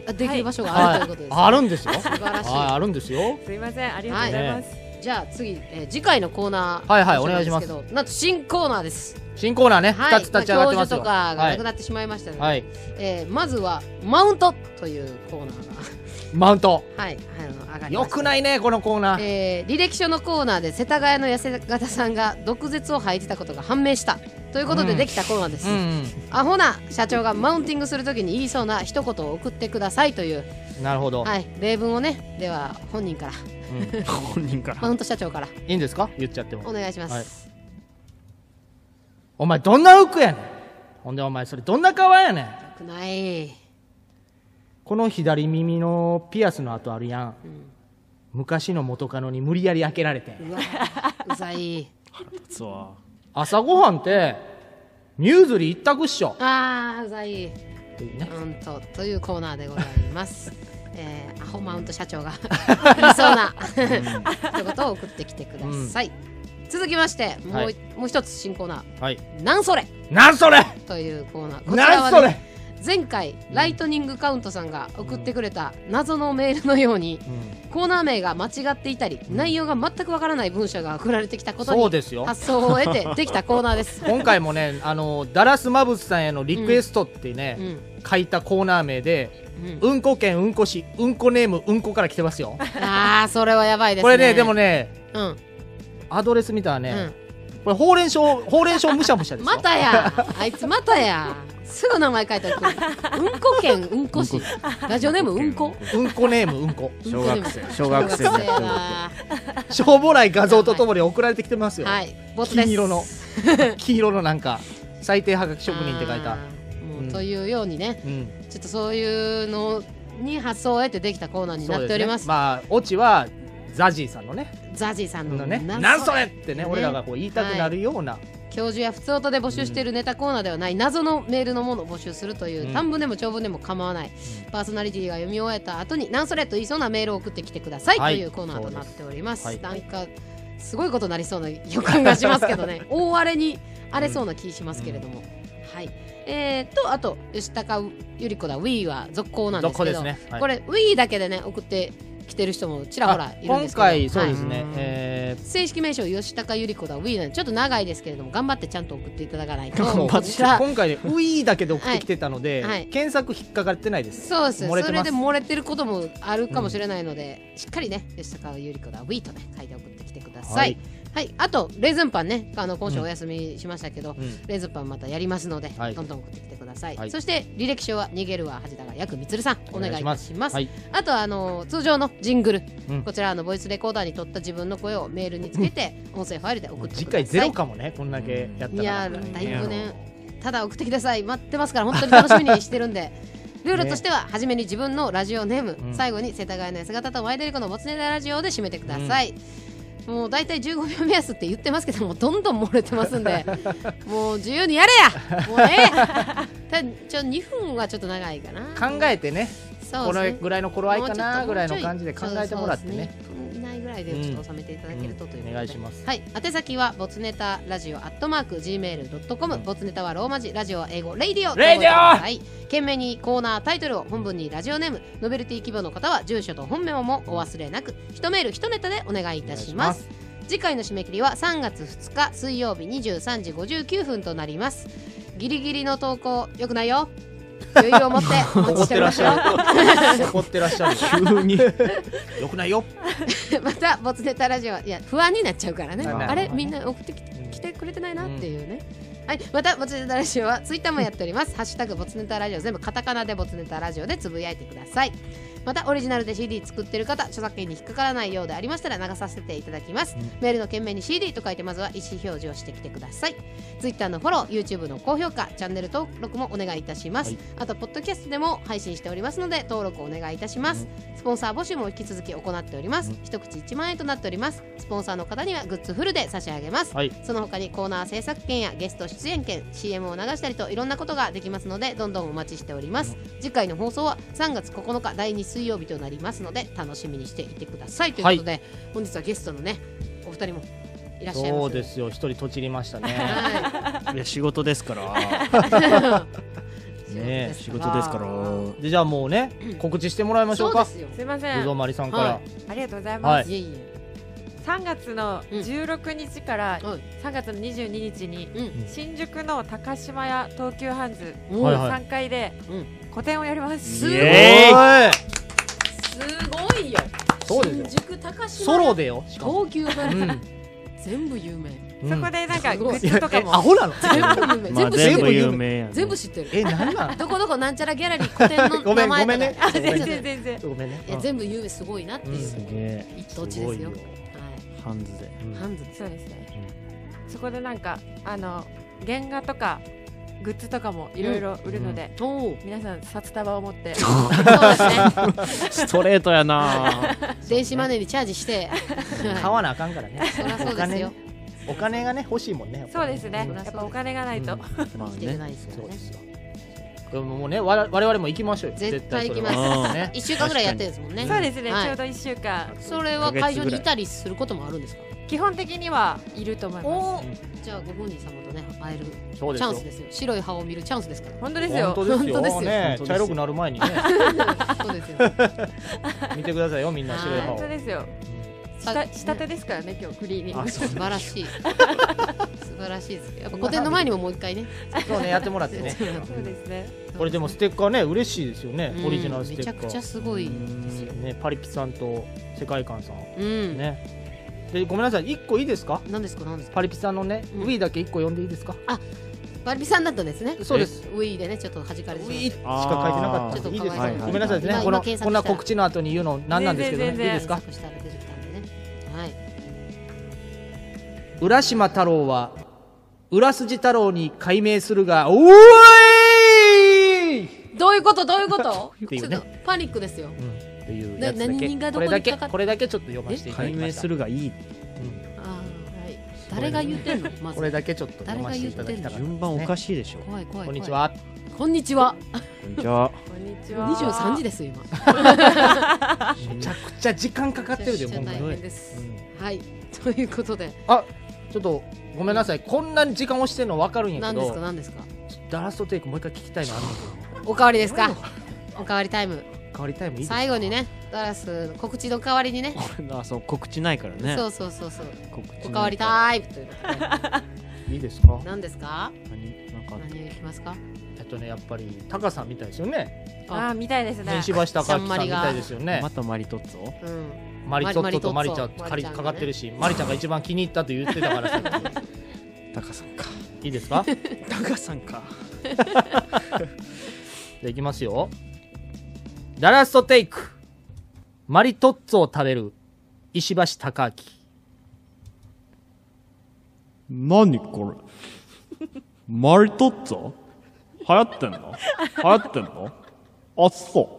できる場所があるということです。 あるんですよ。 素晴らしい。 あるんですよ。 すいません、ありがとうございます。 じゃあ次次回のコーナー、 はいお願いします。 なんと新コーナーです。 新コーナーね、2つ立ち上がってますよ。 教授とかがなくなってしまいましたので、まずはマウントというコーナーがマウント、 上がりました。 よくないねこのコーナー。 履歴書のコーナーで世田谷の痩せ型さんが毒舌を吐いてたことが判明したということでできたコーナーです。アホな社長がマウンティングするときに言いそうな一言を送ってくださいという。 なるほど。 例文をね、では本人からマウント社長からいいんですか、言っちゃっても。 お願いします。 お前どんな服やねん。ほんでお前それどんな皮やねん。 よくない。 この左耳のピアスの跡あるやん、昔の元カノに無理やり開けられて。 うざい。 朝ごはんってミューズリ一択っしょ。 うざい。というコーナーでございます。アホマウント社長が言いそうな一言を送ってきてください。続きましてもう一つ新コーナー、なんそれなんそれというコーナー。こちらはね、前回ライトニングカウントさんが送ってくれた謎のメールのように、コーナー名が間違っていたり、内容が全くわからない文章が送られてきたことに発想を得てできたコーナーです。 今回もね、ダラスマブスさんへのリクエストってね、書いたコーナー名で、うんこ県うんこ市うんこネームうんこから来てますよ。 それはやばいですね。 これね、でもね、アドレス見たらね、これほうれん草むしゃむしゃですよ。 またや、あいつまたや、すぐ名前書いておく。うんこ県うんこ市、ラジオネームうんこ、 うんこネームうんこ。 小学生やな。 しょうもない画像とともに送られてきてますよ。 黄色のなんか最低はがき職人って書いた。 というようにね、ちょっとそういうのに発想を得てできたコーナーになっております。 まあオチはザジーさんのね、 なんそれってね、俺らがこう言いたくなるような。 教授や普通音で募集しているネタコーナーではない謎のメールのものを募集するという、短文でも長文でも構わない、パーソナリティが読み終えた後になんそれと言いそうなメールを送ってきてくださいというコーナーとなっております。なんかすごいことになりそうな予感がしますけどね大荒れに荒れそうな気しますけれども、あと吉高由里子だ Wii は続行なんですけど、これ Wii だけでね送って来てる人もちらほらいるんですけど、 今回そうですね、 正式名称吉高由里子だ Wii なんでちょっと長いですけれども、頑張ってちゃんと送っていただかないと。 今回ね Wii だけで送ってきてたので、検索引っかかってないです。 そうです。それで漏れてることもあるかもしれないので、しっかりね吉高由里子だ Wii とね書いて送ってきてください。あとレーズンパンね、今週お休みしましたけど、レーズンパンまたやりますので、どんどん送ってきてください。そして履歴書は逃げるは恥だが薬みつるさんお願いいたします。あと通常のジングル、こちらボイスレコーダーに撮った自分の声をメールにつけて音声ファイルで送ってください。 次回ゼロかもね、こんだけやったら。 いやだいぶね、ただ送ってください、待ってますから本当に楽しみにしてるんでルールとしては初めに自分のラジオネーム、最後に世田谷の痩せ方とワイドリコのもつねだラジオで締めてください。もう大体15秒目安って言ってますけども、どんどん漏れてますんでもう自由にやれや、もうね2分はちょっと長いかな。 考えてね、このぐらいの頃合いかなぐらいの感じで考えてもらってね、 1分以内ぐらいでちょっと収めていただけるとというこ願いします。 はい、宛先はボツネタラジオ@gmail.com、ボツネタはローマ字、ラジオは英語、レイディオ。はい、懸命にコーナータイトルを、本文にラジオネーム、ノベルティ希望の方は住所と本名もお忘れなく、一メール一ネタでお願いいたします。次回の締め切りは3月2日水曜日23時59分となります。ギリギリの投稿よくないよ。余裕を持ってお待ちしておりますよ。 怒ってらっしゃる。急によくないよ。 またボツネタラジオ、いや不安になっちゃうからね。あれみんな送ってきてくれてないなっていうね。はい、またボツネタラジオはツイッターもやっております。ハッシュタグボツネタラジオ、全部カタカナでボツネタラジオでつぶやいてください。またオリジナルで CD 作ってる方、著作権に引っかからないようでありましたら流させていただきます。メールの件名に CD と書いて、まずは意思表示をしてきてください。Twitter のフォロー、 YouTube の高評価、チャンネル登録もお願いいたします。あとポッドキャストでも配信しておりますので登録お願いいたします。スポンサー募集も引き続き行っております。一口1万円となっております。スポンサーの方にはグッズフルで差し上げます。その他にコーナー制作権やゲスト出演権、 CM を流したりといろんなことができますので、どんどんお待ちしております。次回の放送は3月9日第2水曜日となりますので楽しみにしていてください。ということで、本日はゲストのねお二人もいらっしゃいます。 そうですよ、一人とちりましたね。 いや仕事ですからね、仕事ですから。 で、じゃあもうね、告知してもらいましょうか。 すいません、 うぞまりさんから。 ありがとうございます。3月の16日から3月の22日に新宿の高島屋東急ハンズ3階で個展をやります。 すごいよ。新宿高島ソロでよ、 東急ハンズ全部有名。 そこでなんかグッズとかもアホなの。 全部有名やん。 全部知ってる。 なんなん。 どこどこなんちゃらギャラリー個展の名前とか。 ごめんね。 全然ごめんね。 いや全部有名、すごいなっていう一等地ですよ。 ハンズで。 ハンズ、そうですね。そこでなんか原画とかグッズとかもいろいろ売るので、皆さん札束を持ってストレートやな。 電子マネーにチャージして買わなあかんからね。 そりゃそうですよ。 お金がね欲しいもんね。 そうですね、やっぱお金がないと生きていけないですよね。 でももうね、我々も行きましょうよ。 絶対行きます。1週間ぐらいやってるんですもんね。 そうですね、ちょうど1週間。 それは会場にいたりすることもあるんですか？ 基本的にはいると思います。 じゃあご本人様とね会えるチャンスですよ。白い歯を見るチャンスですから。 本当ですよ。 本当ですよね。茶色くなる前にね。 そうですよ。 見てくださいよ、みんな白い歯を。 本当ですよ。下手ですからね、今日クリーニング。 素晴らしい。素晴らしいです。やっぱ個展の前にももう一回ね。 そうね、やってもらってね。 そうですね。 これでもステッカーね、嬉しいですよね。オリジナルステッカー。 めちゃくちゃすごいですよね。パリピさんと世界観さん。ね。で、ごめんなさい、1個いいですか？ 何ですか？何ですか？ パリピさんのね、ウィーだけ1個読んでいいですか？ あ、パリピさんだったんですね。 そうです。 ウィーでね、ちょっと弾かれてしまって。 ウィーしか書いてなかった。いいですか？ごめんなさいですね。こんな告知の後に言うのなんなんですけどね。いいですか？浦島太郎は浦筋太郎に改名するが、おーい！ どういうことどういうこと？ っていうね。 パニックですよ。 っていうやつだけ。これだけちょっと読ませていただきました。 改名するがいい。 誰が言ってんの？まずこれだけちょっと読ませていただきたかった。 順番おかしいでしょ。 怖い怖い。 こんにちは。 こんにちは。 こんにちは。 こんにちは。 23時です今。 めちゃくちゃ時間かかってるで、もう。 大変です。はい。ということで。 あ、ちょっとごめんなさい。こんなに時間押してるの分かるんやけど。 何ですか何ですか。 ダラストテイクもう一回聞きたいのあるんだけど。 おかわりですか。おかわりタイム。 おかわりタイムいいですか。 最後にね、ダラス告知の代わりにね。 あ、そう告知ないからね。 そう。おかわりタイムという。 いいですか。 何ですか。何をいきますか。 やっぱりタカさんみたいですよね。 あ、みたいですね。 西橋貴明さんみたいですよね。 またマリトッツォ。 マリトッツォとマリちゃんかかってるし、マリちゃんが一番気に入ったと言ってたからさ。 タカさんか。 いいですか。 タカさんか。 じゃあいきますよ。ダラストテイク。マリトッツォを食べる石橋貴明。 何これ。マリトッツォ流行ってんの？流行ってんの？あ、そう。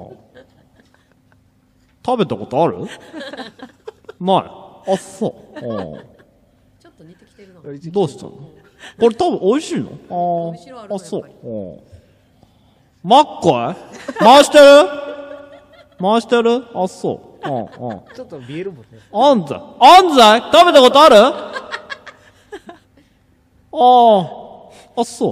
食べたことある？ない。あ、そう。 ちょっと似てきてるの。 どうしたの？これ多分美味しいの？あ、そう。マッコイ？回してる？あ、そう。 うんうん。 ちょっと見えるもんね。 安西食べたことある？あ、そう。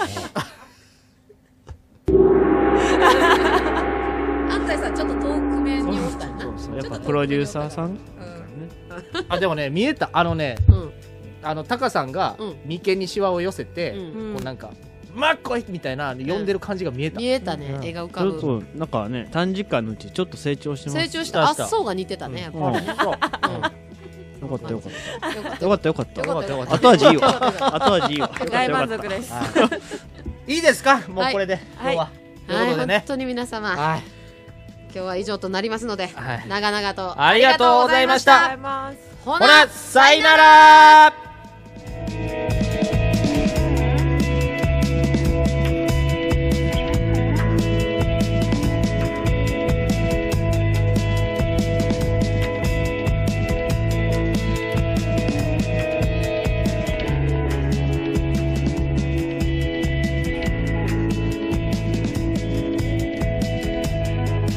安西さんちょっと遠く目におったよな。 やっぱプロデューサーさん。 あ、でもね、見えた。タカさんが眉間にシワを寄せて、こうなんか、マッコイみたいな呼んでる感じが見えた。 見えたね、絵が浮かぶ。 ちょっとなんかね、短時間のうちちょっと成長してます。 成長した。あっそうが似てたね、やっぱりね。 よかったよかった。よかったよかった。後味いいわ。後味いいわ。 大満足です。 いいですか？もうこれで今日は。ということでね。 本当に皆様。今日は以上となりますので、長々とありがとうございました。 ほな、さよなら。